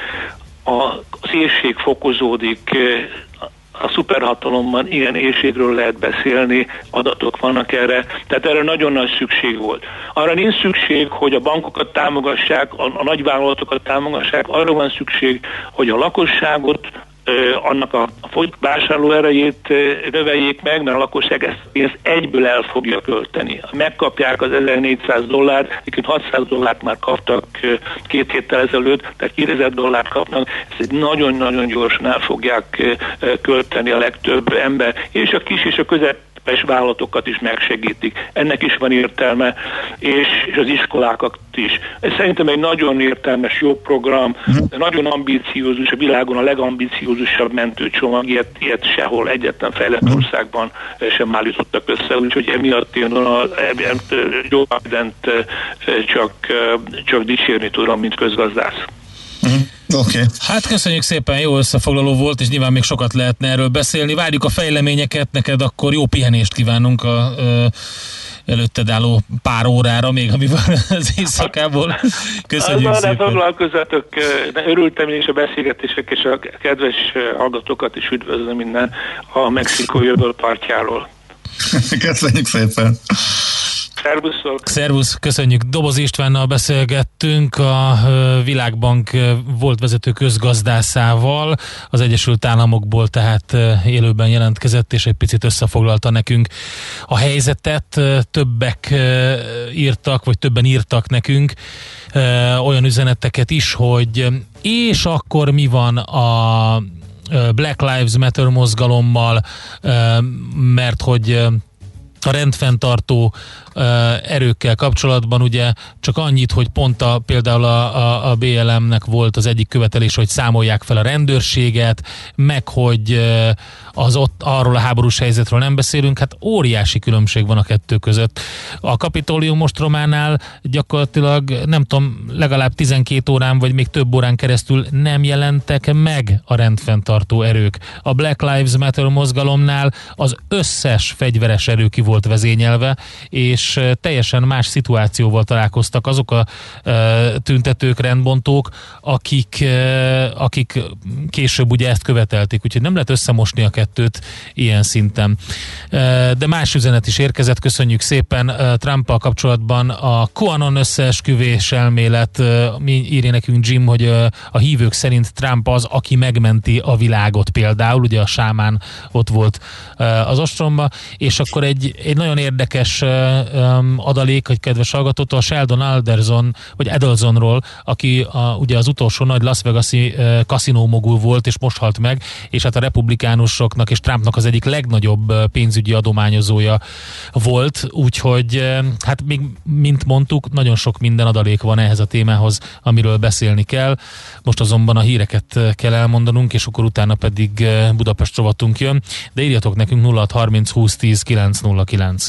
az éhség fokozódik, a szuperhatalomban ilyen éhségről lehet beszélni, adatok vannak erre, tehát erre nagyon nagy szükség volt. Arra nincs szükség, hogy a bankokat támogassák, a nagyvállalatokat támogassák, arra van szükség, hogy a lakosságot, annak a vásárló erejét növeljék meg, mert a lakosság ezt egyből el fogja költeni. Megkapják az $1400, egyébként $600 már kaptak 2 héttel ezelőtt, tehát $2000 kapnak, ezt nagyon-nagyon gyorsan el fogják költeni a legtöbb ember, és a kis és a közepes vállalatokat is megsegítik. Ennek is van értelme, és az iskolákat is. Ez szerintem egy nagyon értelmes, jó program, nagyon ambíciózus, a világon a legambiciózusabb mentőcsomag, ilyet sehol, egyetlen fejlett országban sem állítottak össze, úgyhogy emiatt én a Joe Bident csak dicsérni tudom, mint közgazdász. Okay. Hát köszönjük szépen, jó összefoglaló volt, és nyilván még sokat lehetne erről beszélni. Várjuk a fejleményeket, neked akkor jó pihenést kívánunk előtted álló pár órára, még ami van az éjszakából. Köszönjük szépen. Foglalkozzatok, örültem én is a beszélgetések, és a kedves hallgatókat is üdvözlöm minden a mexikói öböl partjáról. Köszönjük szépen. Szervusz, köszönjük. Doboz Istvánnal beszélgettünk, a Világbank volt vezető közgazdászával, az Egyesült Államokból tehát élőben jelentkezett, és egy picit összefoglalta nekünk a helyzetet. Többek írtak, vagy többen írtak nekünk olyan üzeneteket is, hogy és akkor mi van a Black Lives Matter mozgalommal, mert hogy a rendfenntartó erőkkel kapcsolatban ugye csak annyit, hogy pont például a BLM-nek volt az egyik követelés, hogy számolják fel a rendőrséget, meg hogy az ott arról a háborús helyzetről nem beszélünk, hát óriási különbség van a kettő között. A Kapitolium ostrománál gyakorlatilag nem tudom, legalább 12 órán vagy még több órán keresztül nem jelentek meg a rendfenntartó erők. A Black Lives Matter mozgalomnál az összes fegyveres erő ki volt vezényelve, és teljesen más szituációval találkoztak azok a tüntetők, rendbontók, akik később ugye ezt követelték, úgyhogy nem lehet összemosni a kettőt ilyen szinten. De más üzenet is érkezett, köszönjük szépen. Trumpal kapcsolatban a QAnon összeesküvés elmélet, írja nekünk Jim, hogy a hívők szerint Trump az, aki megmenti a világot például, ugye a sámán ott volt az ostromba, és akkor egy egy nagyon érdekes adalék, egy kedves hallgatótól, Sheldon Adelsonról, aki ugye az utolsó nagy Las Vegas-i kaszinómogul volt, és most halt meg, és hát a republikánusoknak és Trumpnak az egyik legnagyobb pénzügyi adományozója volt, úgyhogy hát még, mint mondtuk, nagyon sok minden adalék van ehhez a témához, amiről beszélni kell. Most azonban a híreket kell elmondanunk, és akkor utána pedig Budapest rovatunk jön, de írjatok nekünk 0630 20 10 909.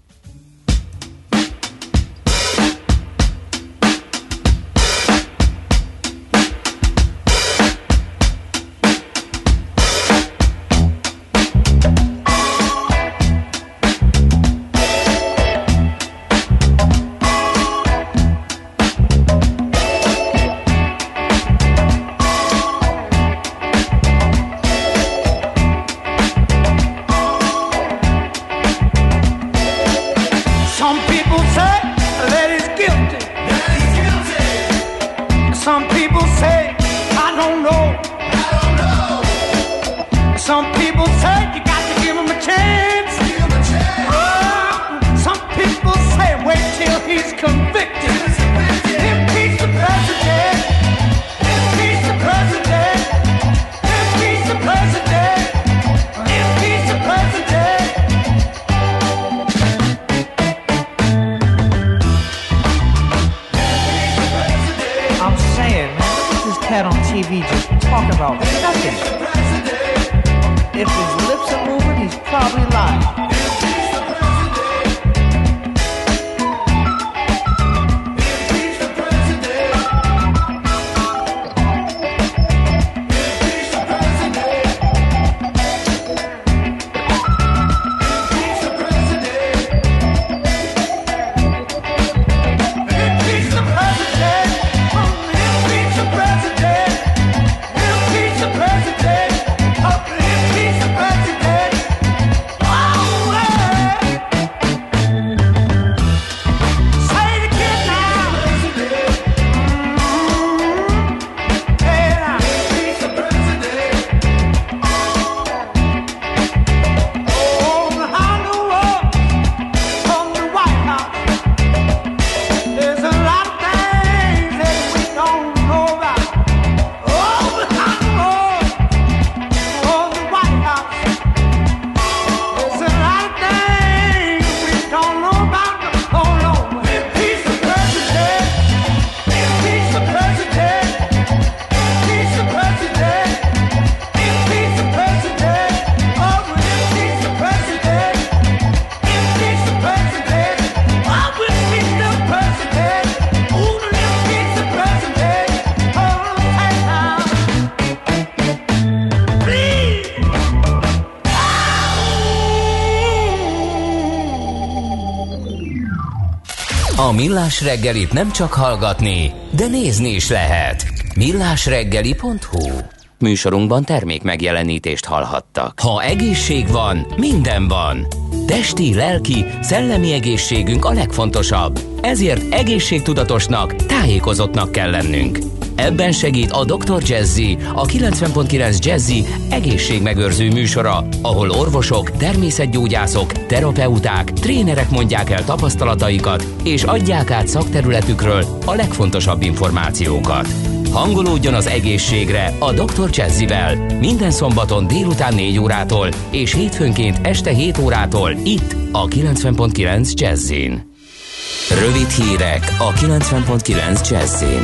A Millás reggelit nem csak hallgatni, de nézni is lehet. millásreggeli.hu. Műsorunkban termék megjelenítést hallhattak. Ha egészség van, minden van. Testi, lelki, szellemi egészségünk a legfontosabb. Ezért egészségtudatosnak, tájékozottnak kell lennünk. Ebben segít a Dr. Jazzy, a 90.9 Jazzy egészségmegőrző műsora, ahol orvosok, természetgyógyászok, terapeuták, trénerek mondják el tapasztalataikat, és adják át szakterületükről a legfontosabb információkat. Hangolódjon az egészségre a Dr. Jazzyvel minden szombaton délután 4 órától és hétfőnként este 7 órától itt a 90.9 Jazzyn. Rövid hírek a 90.9 Jazzyn.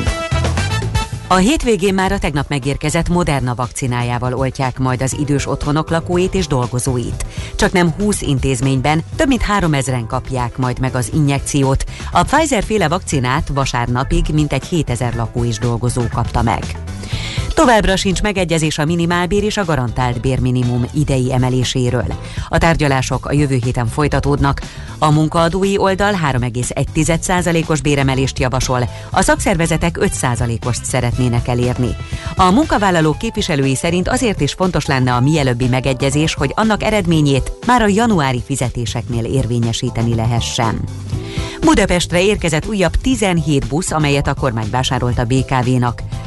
A hétvégén már a tegnap megérkezett Moderna vakcinájával oltják majd az idős otthonok lakóit és dolgozóit. Csaknem 20 intézményben több mint 3000-en kapják majd meg az injekciót. A Pfizer-féle vakcinát vasárnapig mintegy 7000 lakó és dolgozó kapta meg. Továbbra sincs megegyezés a minimálbér és a garantált bérminimum idei emeléséről. A tárgyalások a jövő héten folytatódnak. A munkaadói oldal 3,1%-os béremelést javasol, a szakszervezetek 5%-ost szeretnének elérni. A munkavállalók képviselői szerint azért is fontos lenne a mielőbbi megegyezés, hogy annak eredményét már a januári fizetéseknél érvényesíteni lehessen. Budapestre érkezett újabb 17 busz, amelyet a kormány vásárolt a BKV-nak.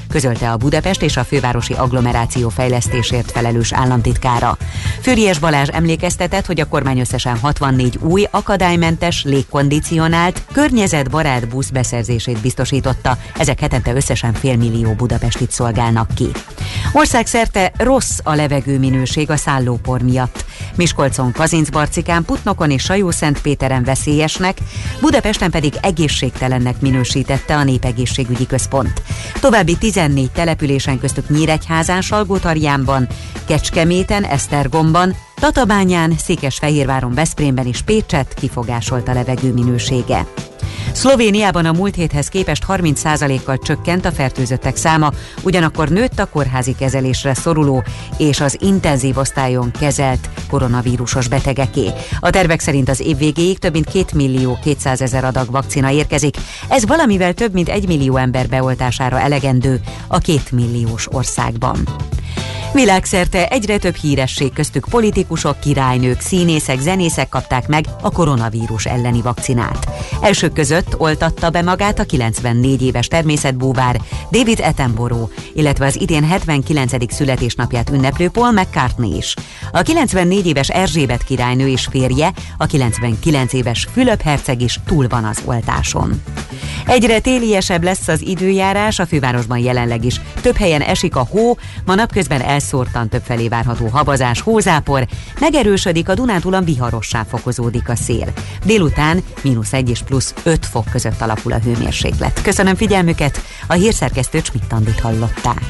közölte a Budapest és a fővárosi agglomeráció fejlesztésért felelős államtitkára. Füriyes Balázs emlékeztetett, hogy a kormány összesen 64 új, akadálymentes, légkondicionált, környezetbarát busz beszerzését biztosította, ezek hetente összesen fél millió budapestit szolgálnak ki. Országszerte rossz a levegőminőség a szállópor miatt. Miskolcon, Kazincbarcikán, Putnokon és Sajó-Szentpéteren veszélyesnek, Budapesten pedig egészségtelennek minősítette a Népegészségügyi Központ. További 14 településen, köztük Nyíregyházán, Salgótarjánban, Kecskeméten, Esztergomban, Tatabányán, Székesfehérváron, Veszprémben és Pécset kifogásolt a levegő minősége. Szlovéniában a múlt héthez képest 30%-kal csökkent a fertőzöttek száma, ugyanakkor nőtt a kórházi kezelésre szoruló és az intenzív osztályon kezelt koronavírusos betegeké. A tervek szerint az év végéig több mint 2.200.000 adag vakcina érkezik, ez valamivel több mint 1 millió ember beoltására elegendő a 2 milliós országban. Világszerte egyre több híresség, köztük politikusok, királynők, színészek, zenészek kapták meg a koronavírus elleni vakcinát. Elsők között oltatta be magát a 94 éves természetbúvár David Attenborough, illetve az idén 79. születésnapját ünneplő Paul McCartney is. A 94 éves Erzsébet királynő és férje, a 99 éves Fülöp herceg is túl van az oltáson. Egyre téliesebb lesz az időjárás, a fővárosban jelenleg is több helyen esik a hó, ma napközben elszórtan többfelé várható havazás, hózápor, megerősödik a Dunántúlon, viharossá fokozódik a szél. Délután -1 és +5 fok között alakul a hőmérséklet. Köszönöm figyelmüket, a hírszerkesztő Schmidt-Andit hallották.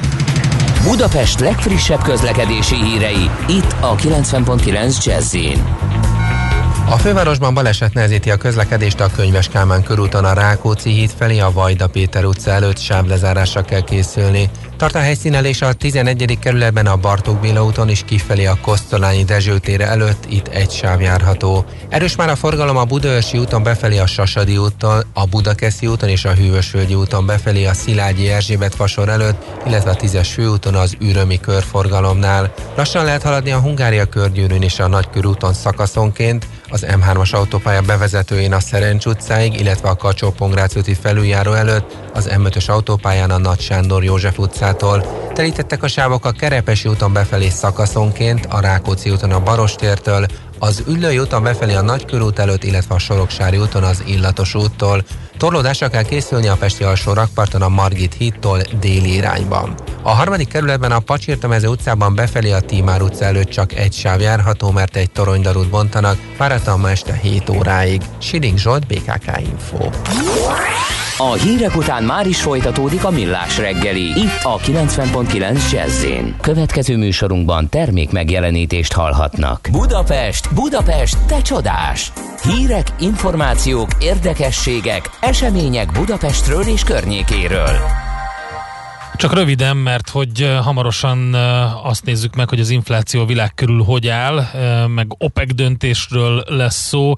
Budapest legfrissebb közlekedési hírei, itt a 90.9 Jazz-in. A fővárosban baleset nehezíti a közlekedést a Könyves Kálmán körúton a Rákóczi híd felé, a Vajda Péter utca előtt sávlezárásra kell készülni. Tart a helyszínelés a 11. kerületben a Bartók Béla úton is kifelé a Kosztolányi Dezső tér előtt, itt egy sáv járható. Erős már a forgalom a Budaörsi úton befelé a Sasadi úton, a Budakeszi úton és a Hűvösvölgyi úton befelé a Szilágyi Erzsébet fasor előtt, illetve a 10-es főúton az Ürömi körforgalomnál. Lassan lehet haladni a Hungária körgyűrűn és a Nagykörúton szakaszonként, az M3-as autópálya bevezetőjén a Szerencs utcáig, illetve a Kacsó-Pongrác úti felüljáró előtt, az M5-ös autópályán a Nagy Sándor József utcától. Telítettek a sávok a Kerepesi úton befelé szakaszonként, a Rákóczi úton a Barostértől, az Üllői úton befelé a Nagykörút előtt, illetve a Soroksári úton az Illatos úttól. Torlódásra kell készülni a Pesti alsó rakparton a Margit hídtól déli irányban. A 3. kerületben a Pacsirtamező utcában befelé a Tímár utca előtt csak egy sáv járható, mert egy toronydarút bontanak, várhatóan ma este 7 óráig. Siling Zsolt, BKK Info. A hírek után már is folytatódik a Millás reggeli, itt a 90.9 Jazz-in. Következő műsorunkban termék megjelenítést hallhatnak. Budapest, Budapest, te csodás! Hírek, információk, érdekességek, események Budapestről és környékéről. Csak röviden, mert hogy hamarosan azt nézzük meg, hogy az infláció a világ körül hogy áll, meg OPEC döntésről lesz szó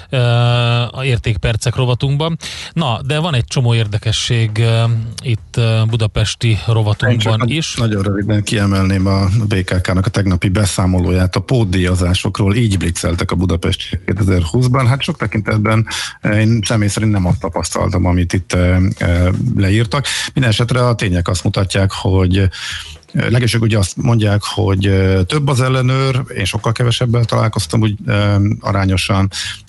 a értékpercek rovatunkban. Na, de van egy csomó érdekesség itt budapesti rovatunkban is. Nagyon röviden kiemelném a BKK-nak a tegnapi beszámolóját a pótdíjazásokról, így blitzeltek a Budapest 2020-ban. Hát sok tekintetben én személy szerint nem azt tapasztaltam, amit itt leírtak. Minden esetre a tények azt mutatják, hogy legelsőbb ugye azt mondják, hogy több az ellenőr, én sokkal kevesebben találkoztam úgy arányosan.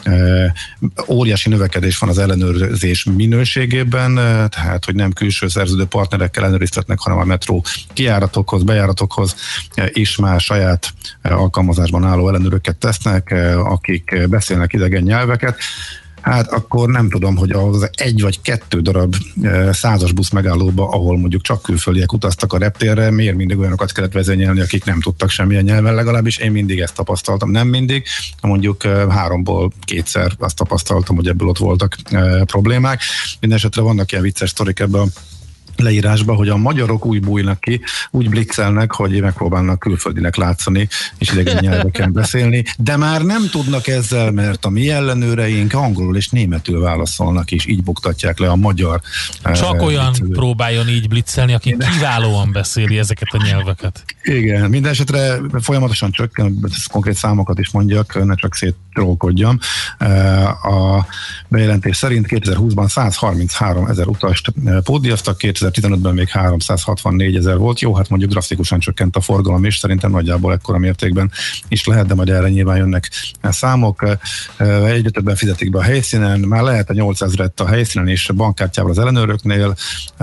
Óriási növekedés van az ellenőrzés minőségében, tehát hogy nem külső szerződő partnerekkel ellenőriztetnek, hanem a metró kijáratokhoz, bejáratokhoz is már saját alkalmazásban álló ellenőröket tesznek, akik beszélnek idegen nyelveket. Hát akkor nem tudom, hogy az 1 vagy 2 darab 100-as busz megállóba, ahol mondjuk csak külföldiek utaztak a reptérre, miért mindig olyanokat kellett vezényelni, akik nem tudtak semmilyen nyelven, legalábbis én mindig ezt tapasztaltam. Nem mindig, mondjuk 3-ból 2-szer azt tapasztaltam, hogy ebből ott voltak problémák. Mindenesetre vannak ilyen vicces sztorik ebben a leírásba, hogy a magyarok úgy bújnak ki, úgy blikkelnek, hogy megpróbálnak külföldinek látszani, és idegen nyelveken beszélni, de már nem tudnak ezzel, mert a mi ellenőreink angolul és németül válaszolnak, és így buktatják le a magyar. Csak olyan próbáljon így bliccelni, aki kiválóan beszéli ezeket a nyelveket. Igen, minden esetre folyamatosan csökken, konkrét számokat is mondjak, ne csak szétrókodjam. A bejelentés szerint 2020-ban 133 000 utast pótdíjaztak, 2015-ben még 364 000 volt. Jó, hát mondjuk drasztikusan csökkent a forgalom, és szerintem nagyjából ekkora mértékben is lehet, de majd erre nyilván jönnek számok. Egyre többen fizetik be a helyszínen, már lehet a 800 000 a helyszínen és bankkártyával az ellenőröknél,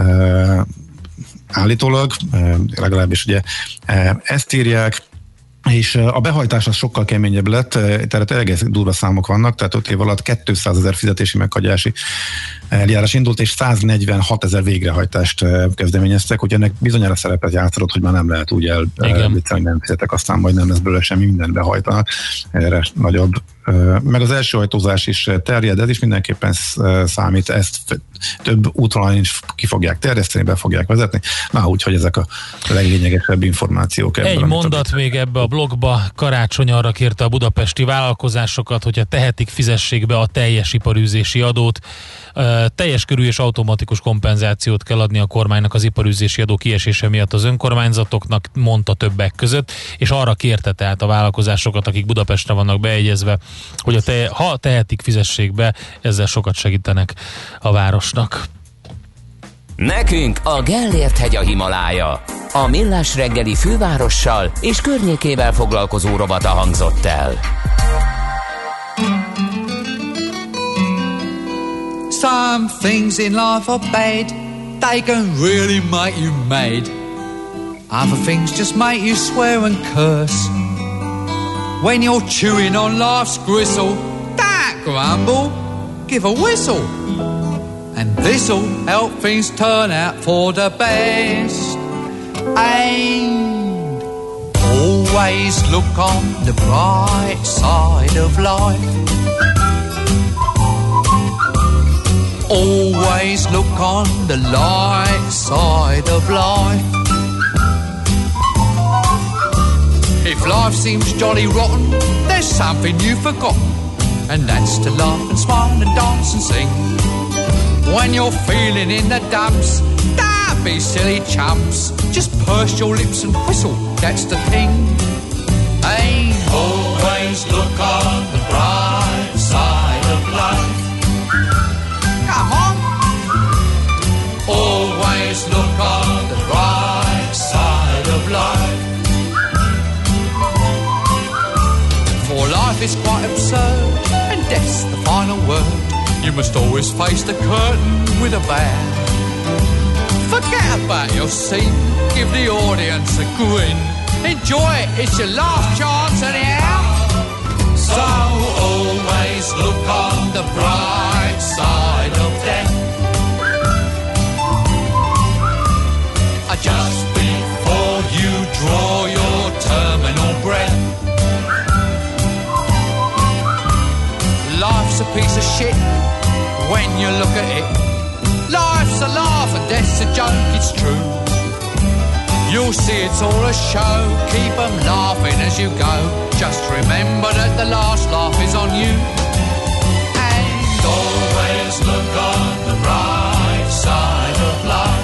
állítólag, legalábbis ugye ezt írják, és a behajtás az sokkal keményebb lett, tehát egész durva számok vannak, tehát 5 év alatt 200 000 fizetési meghagyási eljárás indult, és 146 000 végrehajtást kezdeményeztek, hogy ennek bizonyára szerepet játszott, hogy már nem lehet úgy elviccelni, hogy nem fizetek, aztán majd nem lesz belőle semmi, mindent behajtanak, erre nagyobb. Meg az első hajtózás is terjed, ez is mindenképpen számít, ezt több útvonalon is ki fogják terjeszteni, be fogják vezetni. Na, úgyhogy ezek a leglényegesebb információk. Egy mondat még ebbe a blogba. Karácsony arra kérte a budapesti vállalkozásokat, hogyha tehetik, fizessék be a teljes iparűzési adót. Teljes körű és automatikus kompenzációt kell adni a kormánynak az iparűzési adó kiesése miatt az önkormányzatoknak, mondta többek között, és arra kérte tehát a vállalkozásokat, akik Budapestre vannak beegyezve, hogy ha tehetik, fizessék be, ezzel sokat segítenek a városnak. Nekünk a Gellért-hegy a Himalája. A Millás reggeli fővárossal és környékével foglalkozó rovata hangzott el. Some things in life are bad, they can really make you mad. Other things just make you swear and curse. When you're chewing on life's gristle, don't grumble, give a whistle. And this'll help things turn out for the best. And always look on the bright side of life. Always look on the light side of life. If life seems jolly rotten, there's something you've forgotten, and that's to laugh and smile and dance and sing. When you're feeling in the dumps, don't be silly chumps. Just purse your lips and whistle, that's the thing. Hey, always look on the bright side of life. Come on. Always look on the bright side of life. For life is quite absurd, and death's the final word. You must always face the curtain with a bow. Forget about your scene, give the audience a grin. Enjoy it, it's your last chance anyhow. So always look on the bright side of death. Just before you draw your terminal breath. Life's a piece of shit when you look at it. Life's a laugh and death's a joke, it's true. You'll see it's all a show, keep them laughing as you go. Just remember that the last laugh is on you. And always look on the bright side of life.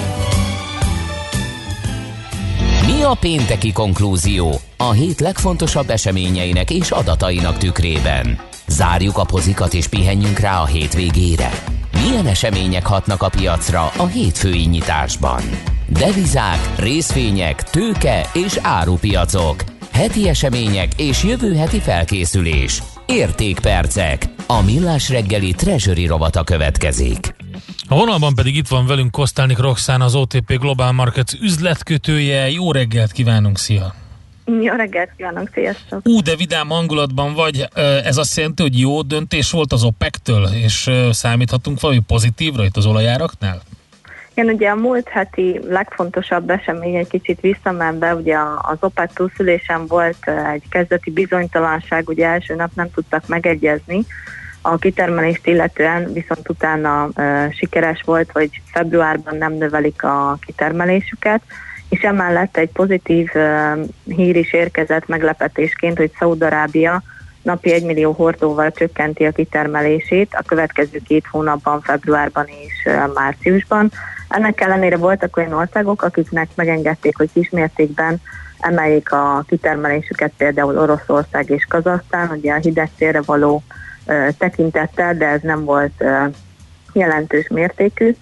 Mi a pénteki konklúzió a hét legfontosabb eseményeinek és adatainak tükrében? Zárjuk a pozikat és pihenjünk rá a hétvégére. Milyen események hatnak a piacra a hétfői nyitásban? Devizák, részvények, tőke és árupiacok. Heti események és jövő heti felkészülés. Értékpercek. A Millás reggeli Treasury rovata következik. A vonalban pedig itt van velünk Kosztálnik Roxana, az OTP Global Markets üzletkötője. Jó reggelt kívánunk, szia! Jó reggelt kívánok, sziasztok! De vidám hangulatban vagy. Ez azt jelenti, hogy jó döntés volt az OPEC-től, és számíthatunk valami pozitívra itt az olajáraknál? Igen, ugye a múlt heti legfontosabb esemény egy kicsit visszamenve, ugye az OPEC túlszülésen volt egy kezdeti bizonytalanság, ugye első nap nem tudtak megegyezni a kitermelést illetően, viszont utána sikeres volt, hogy februárban nem növelik a kitermelésüket, és emellett egy pozitív hír is érkezett meglepetésként, hogy Szaúd-Arábia napi 1 millió hordóval csökkenti a kitermelését a következő 2 hónapban, februárban és márciusban. Ennek ellenére voltak olyan országok, akiknek megengedték, hogy kismértékben emeljék a kitermelésüket, például Oroszország és Kazahsztán, ugye a hideg térre való tekintettel, de ez nem volt jelentős mértékű.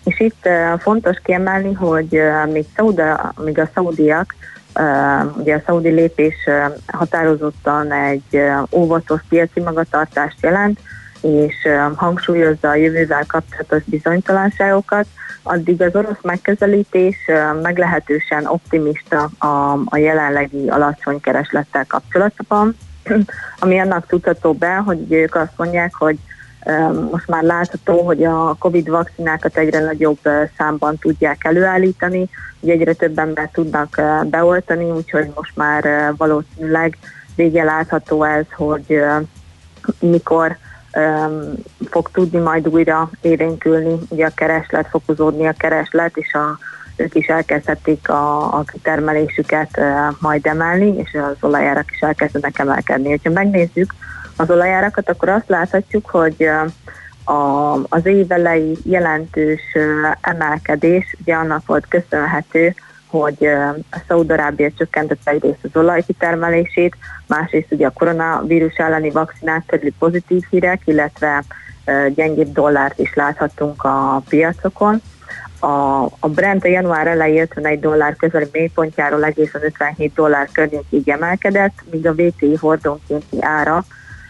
És itt fontos kiemelni, hogy míg a szaudiak, ugye a szaudi lépés határozottan egy óvatos piaci magatartást jelent, és hangsúlyozza a jövővel kapcsolatos bizonytalanságokat, addig az orosz megközelítés meglehetősen optimista a jelenlegi alacsony kereslettel kapcsolatban, ami annak tudható be, hogy ők azt mondják, hogy most már látható, hogy a Covid vakcinákat egyre nagyobb számban tudják előállítani, hogy egyre több embert tudnak beoltani, úgyhogy most már valószínűleg vége látható ez, hogy mikor fog tudni majd újra élénkülni ugye a kereslet, fokozódni a kereslet, és ők is elkezdhetik a kitermelésüket majd emelni, és az olajárak is elkezdenek emelkedni. Ha megnézzük az olajárakat, akkor azt láthatjuk, hogy az évelei jelentős emelkedés ugye annak volt köszönhető, hogy a Szaúd-Arábia csökkentette egyrészt az olajkitermelését, másrészt ugye a koronavírus elleni vakcinák körüli pozitív hírek, illetve gyengébb dollárt is láthattunk a piacokon. A Brent a január elejé $51 közeli mélypontjáról egészen $57 környékig emelkedett, míg a WTI hordonkénti ára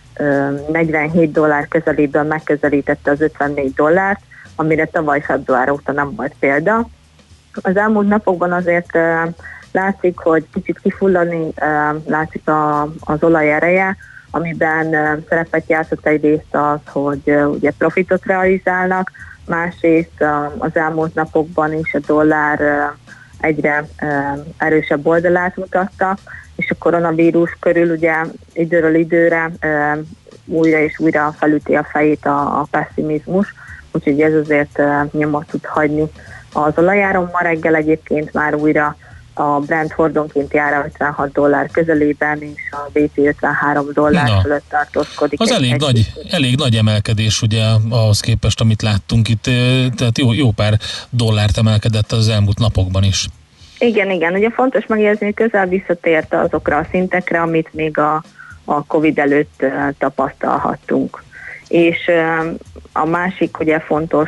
$47 közelében megközelítette az $54, amire tavaly február óta nem volt példa. Az elmúlt napokban azért látszik, hogy kicsit kifulladni látszik az olaj ereje, amiben szerepet játszott egyrészt az, hogy ugye profitot realizálnak, másrészt az elmúlt napokban is a dollár egyre erősebb oldalát mutatta, és a koronavírus körül ugye időről időre újra és újra felüti a fejét a pessimizmus, úgyhogy ez azért nyomot tud hagyni az olajáron. Ma reggel egyébként már újra a Brent hordonkénti ára $56 közelében, és a WTI $53 fölött tartózkodik. Az elég nagy emelkedés ugye ahhoz képest, amit láttunk itt, tehát jó pár dollárt emelkedett az elmúlt napokban is. Igen, ugye fontos megjegyezni, hogy közel visszatért azokra a szintekre, amit még a Covid előtt tapasztalhattunk. És a másik ugye fontos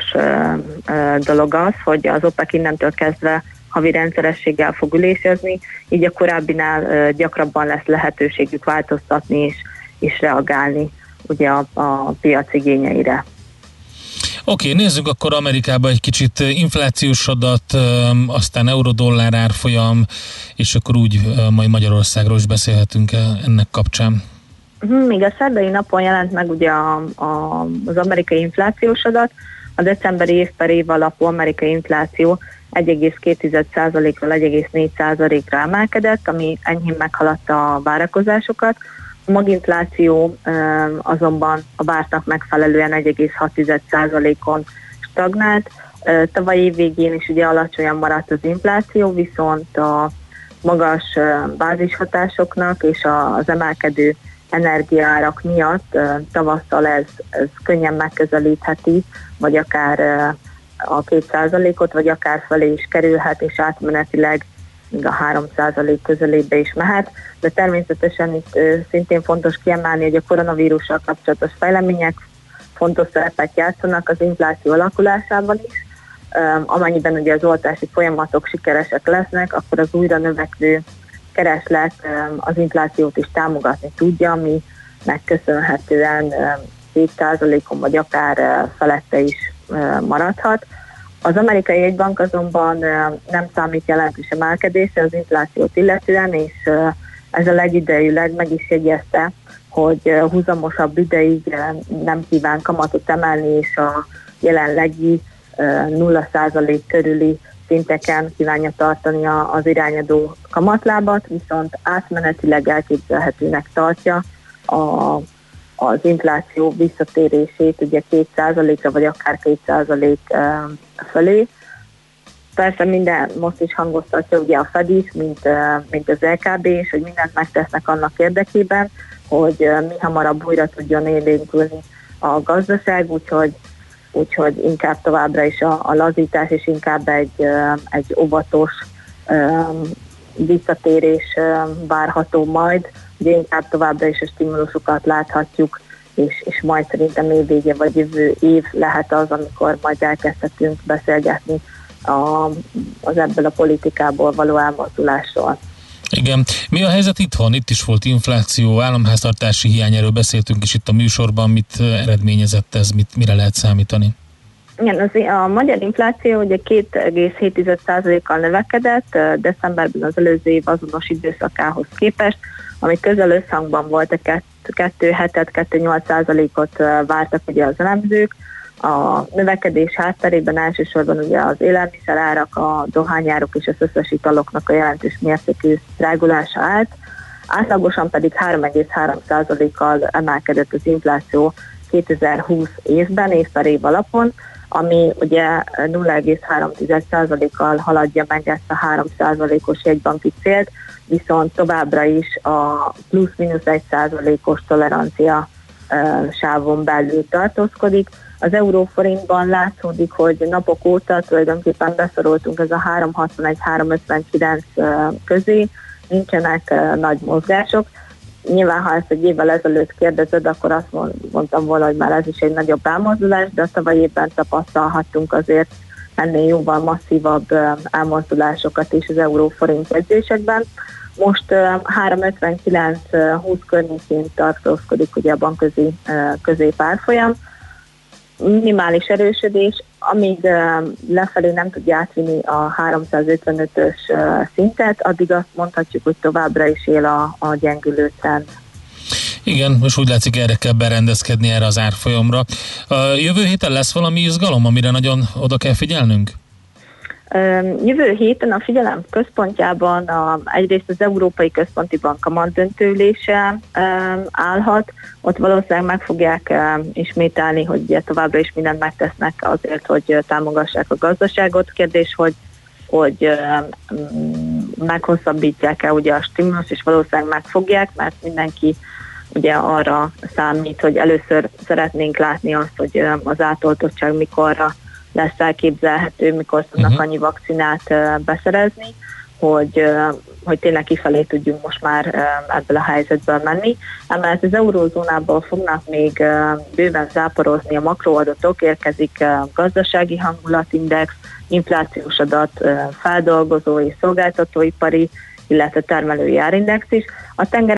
dolog az, hogy az OPEC innentől kezdve havi rendszerességgel fog ülésezni, így a korábbinál gyakrabban lesz lehetőségük változtatni és reagálni ugye a piac igényeire. Oké, nézzük akkor Amerikába egy kicsit inflációs adat, aztán euró-dollár árfolyam, és akkor úgy majd Magyarországról is beszélhetünk ennek kapcsán. Még a szerdai napon jelent meg ugye az amerikai inflációs adat, a decemberi év per év alapú amerikai infláció 1,2%-ról 1,4%-ra emelkedett, ami enyhén meghaladta a várakozásokat. A maginfláció azonban a vártnak megfelelően 1,6%-on stagnált. Tavaly év végén is ugye alacsonyan maradt az infláció, viszont a magas bázishatásoknak és az emelkedő energiaárak miatt tavasszal ez könnyen megközelítheti, vagy akár a 2%-ot, vagy akár felé is kerülhet, és átmenetileg még a 3% közelébe is mehet, de természetesen itt szintén fontos kiemelni, hogy a koronavírussal kapcsolatos fejlemények fontos szerepet játszanak az infláció alakulásában is. Amennyiben ugye az oltási folyamatok sikeresek lesznek, akkor az újra növekvő kereslet az inflációt is támogatni tudja, ami megköszönhetően 2%-on vagy akár felette is maradhat. Az amerikai jegybank azonban nem számít jelentős emelkedésre az inflációt illetően, és ezzel egyidejűleg meg is jegyezte, hogy húzamosabb ideig nem kíván kamatot emelni, és a jelenlegi 0% körüli szinteken kívánja tartani az irányadó kamatlábat, viszont átmenetileg elképzelhetőnek tartja az infláció visszatérését ugye 2%-ra vagy akár 2% fölé. Persze minden most is hangoztatja ugye a Fed is, mint az LKB, és hogy mindent megtesznek annak érdekében, hogy mi hamarabb újra tudjon élénkülni a gazdaság, úgyhogy inkább továbbra is a lazítás, és inkább egy óvatos visszatérés várható majd. Ugye inkább továbbra is a stimulusokat láthatjuk és majd szerintem évvége vagy jövő év lehet az, amikor majd elkezdhetünk beszélgetni az ebből a politikából való elmozdulásról. Igen. Mi a helyzet itthon? Itt is volt infláció, államháztartási hiány, erről beszéltünk is itt a műsorban. Mit eredményezett ez, mire lehet számítani? Igen, a magyar infláció ugye 2,7%-kal növekedett decemberben az előző év azonos időszakához képest, ami közel összhangban volt a 2,7-2,8%-ot vártak ugye az elemzők. A növekedés hátterében elsősorban ugye az élelmiszerárak, a dohányárok és az összes italoknak a jelentős mértékű drágulása állt. Átlagosan pedig 3,3%-kal emelkedett az infláció 2020 évben, év per év alapon, ami ugye 0,3%-kal haladja meg ezt a 3%-os jegybanki célt, viszont továbbra is a plusz-minusz 1%-os tolerancia sávon belül tartózkodik. Az euróforintban látszódik, hogy napok óta tulajdonképpen beszoroltunk ez a 3,61-3,59 közé, nincsenek nagy mozgások. Nyilván, ha ezt egy évvel ezelőtt kérdezed, akkor azt mondtam volna, hogy már ez is egy nagyobb elmozdulás, de a tavaly évben tapasztalhattunk azért ennél jóval masszívabb elmozdulásokat is az euróforint jegyzésekben. Most 3,59-20 környékén tartózkodik ugye a bankközi középárfolyam. Minimális erősödés, amíg lefelé nem tudja átvinni a 355-ös szintet, addig azt mondhatjuk, hogy továbbra is él a gyengülő trend. Igen, most úgy látszik, erre kell berendezkedni erre az árfolyamra. Jövő héten lesz valami izgalom, amire nagyon oda kell figyelnünk? Jövő héten a figyelem központjában egyrészt az Európai Központi Bank kamatdöntőülése állhat. Ott valószínűleg meg fogják ismételni, hogy ugye továbbra is mindent megtesznek azért, hogy támogassák a gazdaságot. Kérdés, hogy meghosszabbítják-e ugye a stimulus, és valószínűleg megfogják, mert mindenki ugye arra számít, hogy először szeretnénk látni azt, hogy az átoltottság mikorra lesz elképzelhető, mikor tudnak annyi vakcinát beszerezni, hogy tényleg kifelé tudjunk most már ebből a helyzetből menni. Emellett az eurózónából fognak még bőven záporozni a makroadatok, érkezik gazdasági hangulatindex, inflációs adat, feldolgozói, szolgáltatóipari, illetve termelői árindex is. A